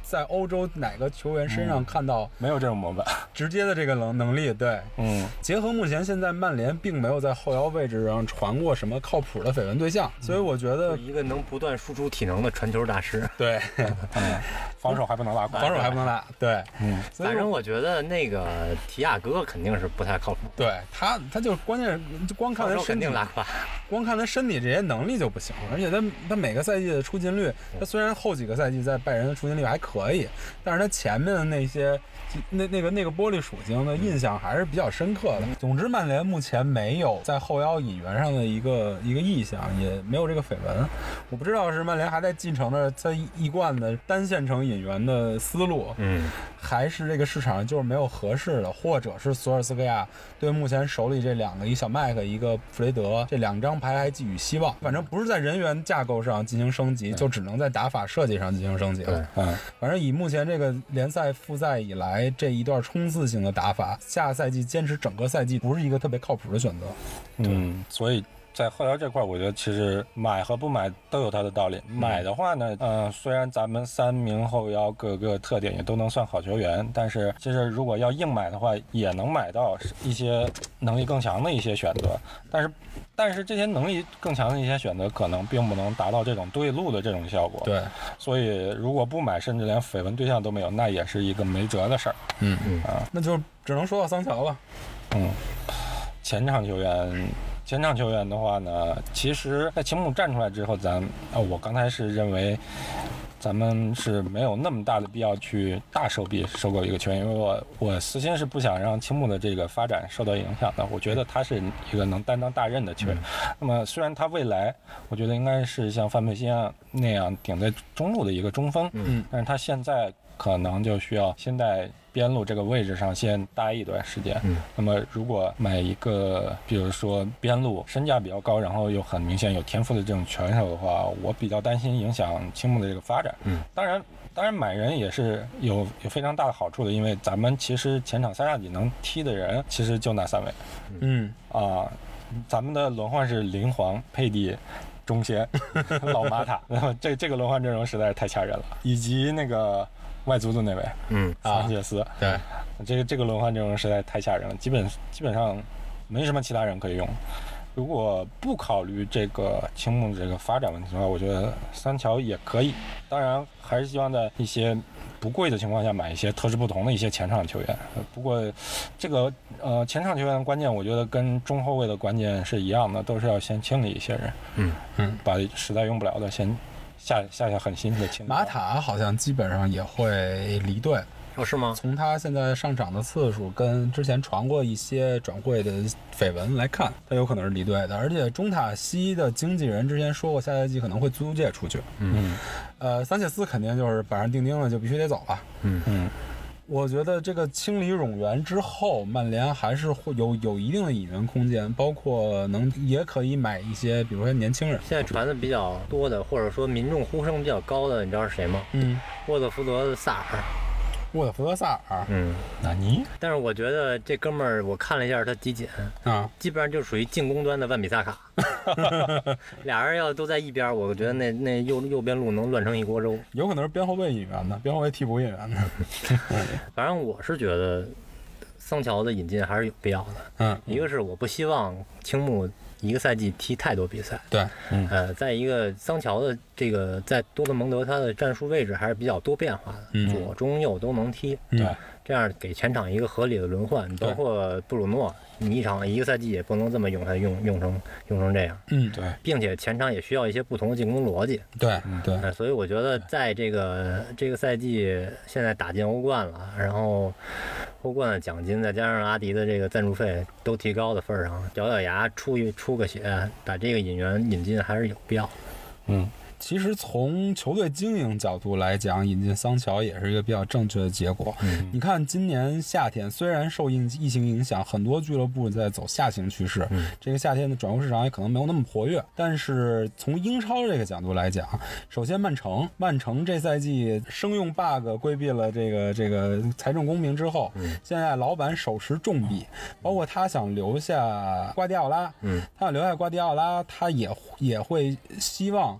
在欧洲哪个球员身上看到没有这种模板， 直接的这个能能力。对， 嗯， 结合目前现在曼联并没有在后腰位置上传过什么靠谱的绯闻对象，所以我觉得一个能不断输出体能的传球大师。 对， 嗯，防守还不能拉胯， 防守还不能拉。对， 嗯， 反正我觉得那个提亚戈肯定是不太靠谱。 对他，他就关键就光看他身体肯定拉胯， 光看他身体这些能力就不行，而且他他每个赛季的出勤率，他虽然后几个赛季在拜仁的出勤率还可以，但是他前面的那些那那个那个玻璃属性的印象还是比较深刻的。总之，曼联目前没有在后腰引援上的一个一个意向，也没有这个绯闻。我不知道是曼联还在继承着他一贯的单线程引援的思路， 嗯， 还是这个市场上就是没有合适的，或者是索尔斯克亚对目前手里这两个，一小麦克一个弗雷德这两张牌还寄予希望。反正不是在人员架构上进行升级，就只能在打法设计上进行升级了。 嗯， 反正以目前这个联赛复赛以来这一段冲刺性的打法，下赛季坚持整个赛季不是一个特别靠谱的选择。 嗯，所以在后腰这块，我觉得其实买和不买都有它的道理。买的话呢，呃，虽然咱们三名后腰各个特点也都能算好球员，但是其实如果要硬买的话，也能买到一些能力更强的一些选择。但是，但是这些能力更强的一些选择，可能并不能达到这种对路的这种效果。 对， 所以如果不买，甚至连绯闻对象都没有，那也是一个没辙的事儿。 嗯嗯啊，那就只能说到桑乔了。 嗯，前场球员。前场球员的话呢，其实在青木站出来之后，咱呃，我刚才是认为咱们是没有那么大的必要去大手笔收购一个球员，因为我我私心是不想让青木的这个发展受到影响的。我觉得他是一个能担当大任的球员。嗯、那么虽然他未来，我觉得应该是像范佩西那样顶在中路的一个中锋，嗯，但是他现在可能就需要先在边路这个位置上先待一段时间。嗯，那么如果买一个，比如说边路身价比较高，然后又很明显有天赋的这种拳手的话，我比较担心影响青木的这个发展。嗯，当然，当然买人也是有有非常大的好处的，因为咱们其实前场三下几能踢的人其实就那三位。嗯啊，咱们的轮换是林皇、佩蒂、中贤、老马塔，然后这这个轮换阵容实在是太吓人了，以及那个。外租的那位，嗯，桑切斯， 对， 这个这个轮换阵容实在太吓人了，基本基本上没什么其他人可以用。如果不考虑这个青木这个发展问题的话，我觉得三桥也可以。当然，还是希望在一些不贵的情况下买一些特质不同的一些前场球员。不过，这个呃前场球员的关键，我觉得跟中后卫的关键是一样的，都是要先清理一些人，嗯嗯，把实在用不了的先。下下下狠心的清理。 马塔好像基本上也会离队， 哦，是吗？ 从他现在上场的次数跟之前传过一些转会的绯闻来看，他有可能是离队的。而且中塔西的经纪人之前说过，下赛季可能会租借出去。嗯，呃，桑切斯肯定就是板上钉钉了，就必须得走了。嗯嗯。我觉得这个清理冗员之后，曼联还是会有有一定的引援空间，包括能也可以买一些，比如说年轻人。 现在传的比较多的，或者说民众呼声比较高的，你知道是谁吗？嗯，沃特福德的萨尔。 沃特福德萨尔， 嗯， 纳尼？ 但是我觉得这哥们儿，我看了一下他体检啊，基本上就属于进攻端的万比萨卡。俩人要都在一边，我觉得那那右右边路能乱成一锅粥。 有可能是边后卫引援的，边后卫替补引援的。 反正我是觉得桑乔的引进还是有必要的。嗯，一个是我不希望青木一个赛季踢太多比赛， 对， 嗯，呃，再一个桑乔的这个在多特蒙德他的战术位置还是比较多变化的，嗯、左中右都能踢， 对、 嗯，这样给前场一个合理的轮换，包括布鲁诺，你一场一个赛季也不能这么用他用用成用成这样， 嗯， 对， 并且前场也需要一些不同的进攻逻辑， 对对、 呃，所以我觉得在这个这个赛季现在打进欧冠了，然后欧冠的奖金再加上阿迪的这个赞助费都提高的份上，咬咬牙出一出个血，把这个引援引进还是有必要的。 嗯，其实从球队经营角度来讲，引进桑乔也是一个比较正确的结果。嗯、你看今年夏天虽然受疫疫情影响，很多俱乐部在走下行趋势，嗯、这个夏天的转会市场也可能没有那么活跃。但是从英超这个角度来讲，首先曼城，曼城这赛季生用 bug 规避了这个这个财政公平之后，嗯、现在老板手持重笔，包括他想留下瓜迪奥拉，嗯、他想留下瓜迪奥拉，他也也会希望让球队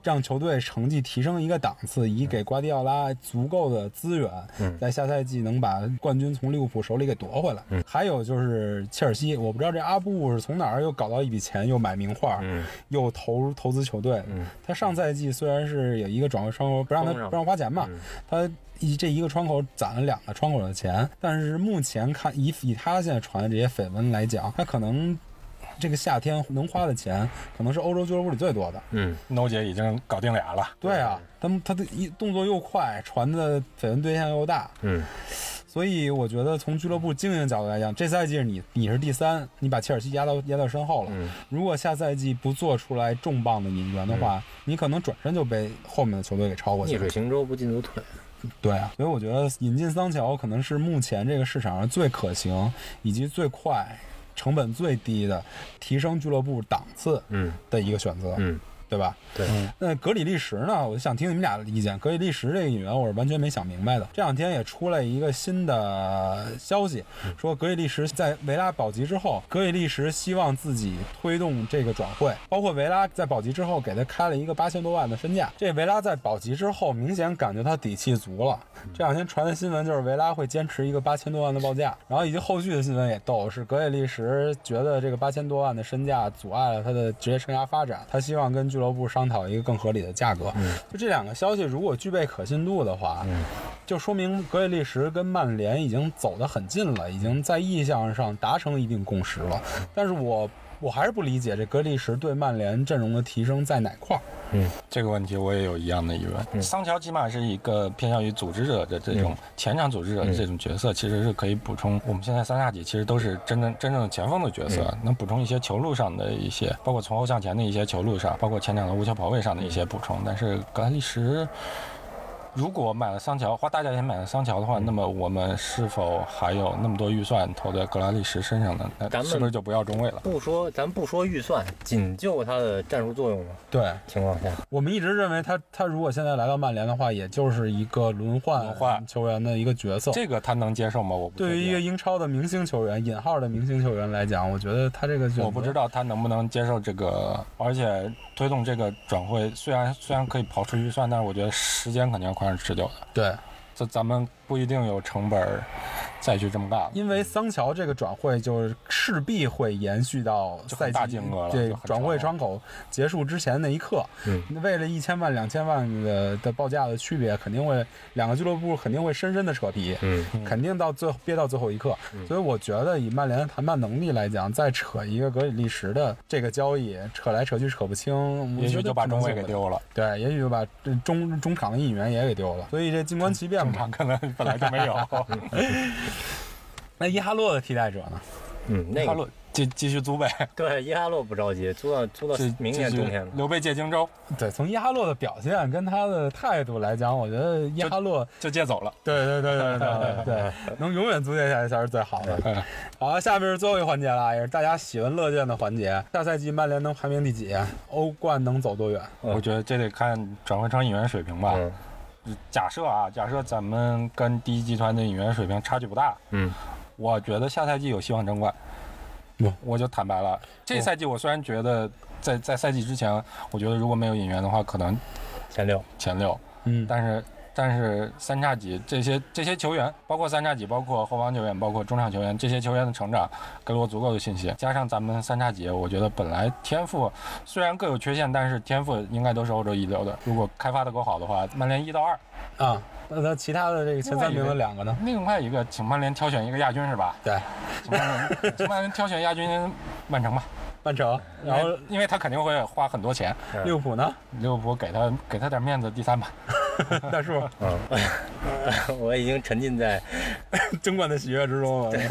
队成绩提升一个档次，以给瓜迪奥拉足够的资源， 嗯、 在下赛季能把冠军从利物浦手里给夺回来。 嗯、 还有就是切尔西，我不知道这阿布是从哪儿又搞到一笔钱，又买名画， 嗯、 又投投资球队。 嗯、 他上赛季虽然是有一个转会窗口不让他不让花钱嘛， 嗯、 他一这一个窗口攒了两个窗口的钱，但是目前看以以他现在传的这些绯闻来讲，他可能这个夏天能花的钱可能是欧洲俱乐部里最多的。 嗯，诺姐已经搞定俩了。 对啊，他们他的一动作又快，传的绯闻对象又大。 嗯， 所以我觉得从俱乐部经营角度来讲，这赛季你你是第三，你把切尔西压到压到身后了。 嗯， 如果下赛季不做出来重磅的引援的话， 嗯、 你可能转身就被后面的球队给超过去了。 逆水行舟，不进则退。 对啊，所以我觉得引进桑乔可能是目前这个市场上最可行以及最快、成本最低的提升俱乐部档次的一个选择。 嗯。 对吧？ 对。 嗯、那格里利什呢？我就想听你们俩的意见。格里利什这个引援我是完全没想明白的。这两天也出来一个新的消息，说格里利什在维拉保级之后，格里利什希望自己推动这个转会，包括维拉在保级之后给他开了一个八千多万的身价。这维拉在保级之后，明显感觉他底气足了。这两天传的新闻就是维拉会坚持一个八千多万的报价，然后以及后续的新闻也逗，是格里利什觉得这个八千多万的身价阻碍了他的职业生涯发展，他希望跟俱乐部商讨一个更合理的价格。 嗯、 就这两个消息如果具备可信度的话， 嗯、 就说明格里利什跟曼联已经走得很近了，已经在意向上达成一定共识了。但是我我还是不理解这格里利什对曼联阵容的提升在哪块儿。 嗯，这个问题我也有一样的疑问。 嗯、 桑乔起码是一个偏向于组织者的这种、嗯、前场组织者的这种角色，其实是可以补充。我们现在三叉戟其实都是真正真正的前锋的角色，嗯、能补充一些球路上的一些，包括从后向前的一些球路上，包括前场的无球跑位上的一些补充。但是格拉利什如果买了桑乔，花大价钱买了桑乔的话，那么我们是否还有那么多预算投在格拉利什身上呢？那是不是就不要中卫了？ 不说，咱不说预算，仅就他的战术作用嘛。 对， 情况下， 我们一直认为他他如果现在来到曼联的话，也就是一个轮换球员的一个角色。 这个他能接受吗？我不对于一个英超的明星球员，引号的明星球员来讲，我觉得他这个我不知道他能不能接受这个，而且推动这个转会，虽然虽然可以刨出预算，但是我觉得时间肯定会是持久的。 对。 这咱们不一定有成本再去这么干， 因为桑乔这个转会就是势必会延续到赛季大金额了， 这转会窗口结束之前那一刻。 嗯， 为了一千万、两千万的的报价的区别，肯定会两个俱乐部肯定会深深的扯皮。 嗯， 肯定到最后憋到最后一刻。嗯、所以我觉得以曼联的谈判能力来讲，再扯一个格里利什的这个交易，扯来扯去扯不清， 也许就把中卫给丢了。 对，也许就把中中场的引援也给丢了。所以这静观其变吧。 中场可能本来就没有。 那伊哈洛的替代者呢？ 嗯，那个、 伊哈洛继继续租呗。 对，伊哈洛不着急，租到租到明年冬天了。 刘备借荆州。 对，从伊哈洛的表现跟他的态度来讲，我觉得伊哈洛就, 就借走了。 对对对对对对对，能永远租借下来才是最好的。好，下面是最后一个环节了，也是大家喜闻乐见的环节。下赛季曼联能排名第几？欧冠能走多远？ 嗯、我觉得这得看转会窗引援水平吧。 嗯假设啊，假设咱们跟第一集团的引援水平差距不大， 嗯， 我觉得下赛季有希望争冠。 嗯， 我就坦白了，这赛季我虽然觉得在在赛季之前，我觉得如果没有引援的话，可能前六前六， 嗯， 但是但是三叉戟这些这些球员，包括三叉戟，包括后防球员，包括中场球员，这些球员的成长给了我足够的信心。加上咱们三叉戟，我觉得本来天赋虽然各有缺陷，但是天赋应该都是欧洲一流的。如果开发的够好的话，曼联一到二啊，那他其他的这个前三名的两个呢？ 另外一个，请曼联挑选一个亚军是吧？ 对， 请曼联请曼联挑选亚军，曼城吧。 曼城，然后因为他肯定会花很多钱。 利物浦呢？ 利物浦给他给他点面子，第三吧。 大叔， 嗯，我已经沉浸在争冠的喜悦之中了。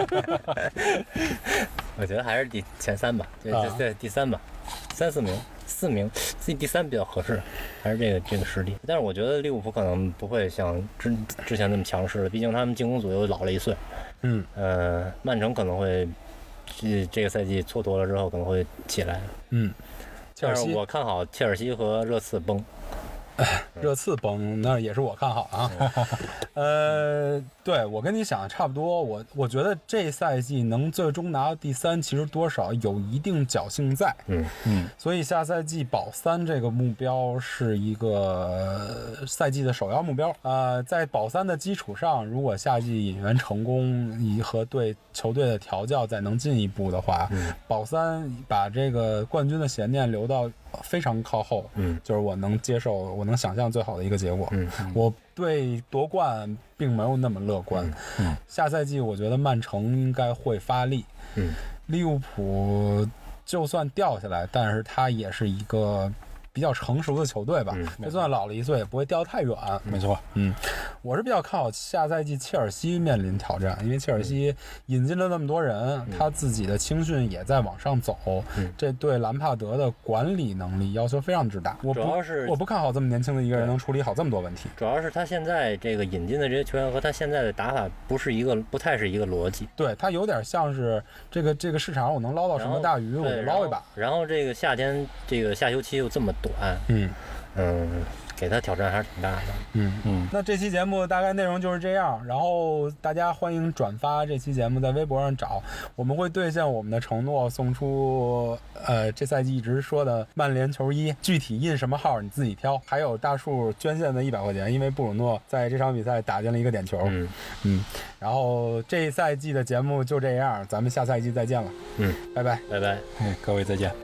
我觉得还是第前三吧，对对对，第三吧，三四名，四名，自己第三比较合适，还是这个这个实力。但是我觉得利物浦可能不会像之之前那么强势了，毕竟他们进攻组又老了一岁。 嗯， 呃，曼城可能会这这个赛季蹉跎了之后可能会起来。 嗯， 但是我看好切尔西和热刺崩。 热刺崩那也是我看好啊。呃，对我跟你想的差不多，我我觉得这赛季能最终拿到第三，其实多少有一定侥幸在。 嗯嗯，所以下赛季保三这个目标是一个赛季的首要目标。呃，在保三的基础上，如果夏季引援成功，以和对球队的调教再能进一步的话，嗯、保三把这个冠军的悬念留到非常靠后，嗯，就是我能接受，我能想象最好的一个结果。嗯，我对夺冠并没有那么乐观。嗯，嗯下赛季我觉得曼城应该会发力。嗯，利物浦就算掉下来，但是他也是一个比较成熟的球队吧，就算老了一岁也不会掉太远。 没错， 嗯，我是比较看好下赛季切尔西面临挑战，因为切尔西引进了那么多人，他自己的青训也在往上走，这对兰帕德的管理能力要求非常之大。我主要是我不看好这么年轻的一个人能处理好这么多问题。 主要是他现在这个引进的这些球员和他现在的打法不是一个，不太是一个逻辑。 对，他有点像是这个这个市场上我能捞到什么大鱼我就捞一把。 然后这个夏天这个夏休期又这么短， 嗯嗯，给他挑战还是挺大的。 嗯嗯。那这期节目大概内容就是这样，然后大家欢迎转发这期节目，在微博上找，我们会兑现我们的承诺，送出呃这赛季一直说的曼联球衣，具体印什么号你自己挑。还有大树捐献的一百块钱，因为布鲁诺在这场比赛打进了一个点球。嗯嗯。然后这一赛季的节目就这样，咱们下赛季再见了。 嗯， 拜拜拜拜， 哎，各位再见。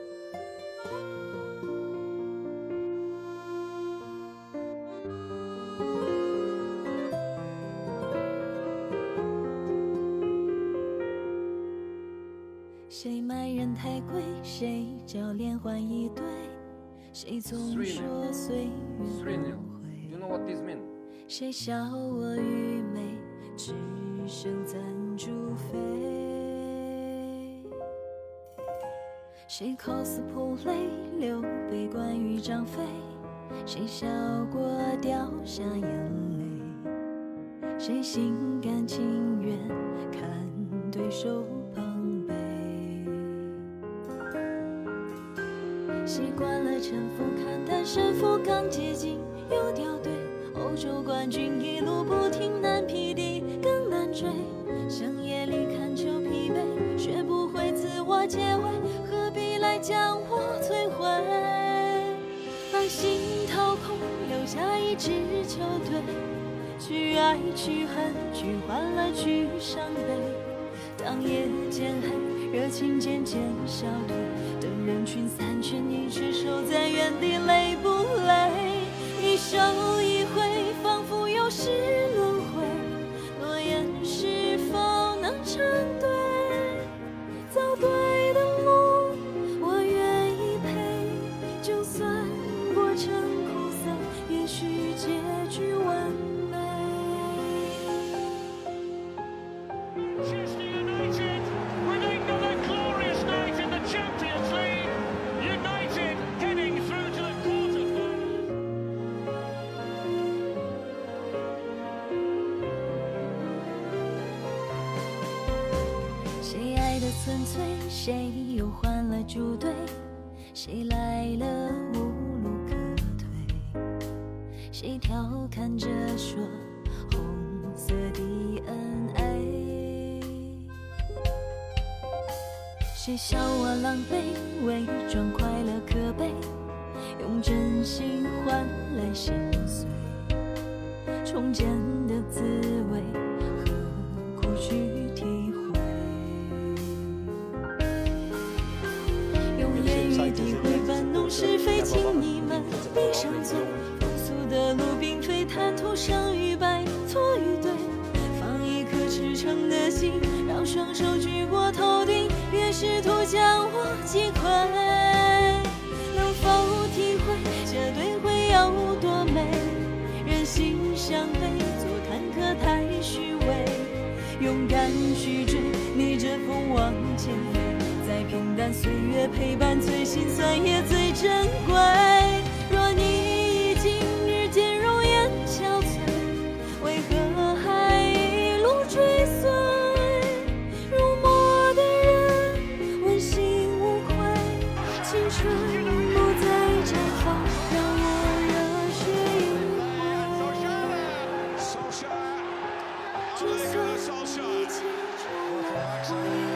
谁卖人太贵，谁叫连环一对，谁总说岁月轮回，谁笑我愚昧，只剩暂住飞，谁 cosplay 流悲观与张飞，谁笑过掉下眼泪，谁心甘情愿看对手碰杯，习惯了沉浮看淡胜负刚接近又掉队，欧洲冠军一路不停难匹敌更难追，深夜里看球疲惫，学不会自我戒备，何必来将我摧毁，把心掏空留下一支球队，去爱去恨去欢乐去伤悲，当夜渐黑热情渐渐消退，等人群散去你却守在原地累不累，一手一挥仿佛又是轮回，诺言是否能成对，走对的路我愿意陪，就算过程苦涩也许结局完美。谁爱的纯粹，谁又换了主队，谁来了无路可退，谁调侃着说红色 D N A， 谁笑我狼狈，伪装快乐可悲，用真心换来心碎，重建的滋味何苦去体会，用言语诋毁搬弄是非，请你们闭上嘴，风俗的路并非贪图胜与败错与对，放一颗赤诚的心，让双手举过头顶，越试图将我击溃，能否体会这对会有多美，人心伤悲，做坦克太虚伪，勇敢去追，逆着风往前飞，在平淡岁月陪伴，最心酸也最珍贵，若你已经日渐容颜憔悴，为何还一路追随，入魔的人问心无愧，青春不再绽放，让我热血之所以一切重来，我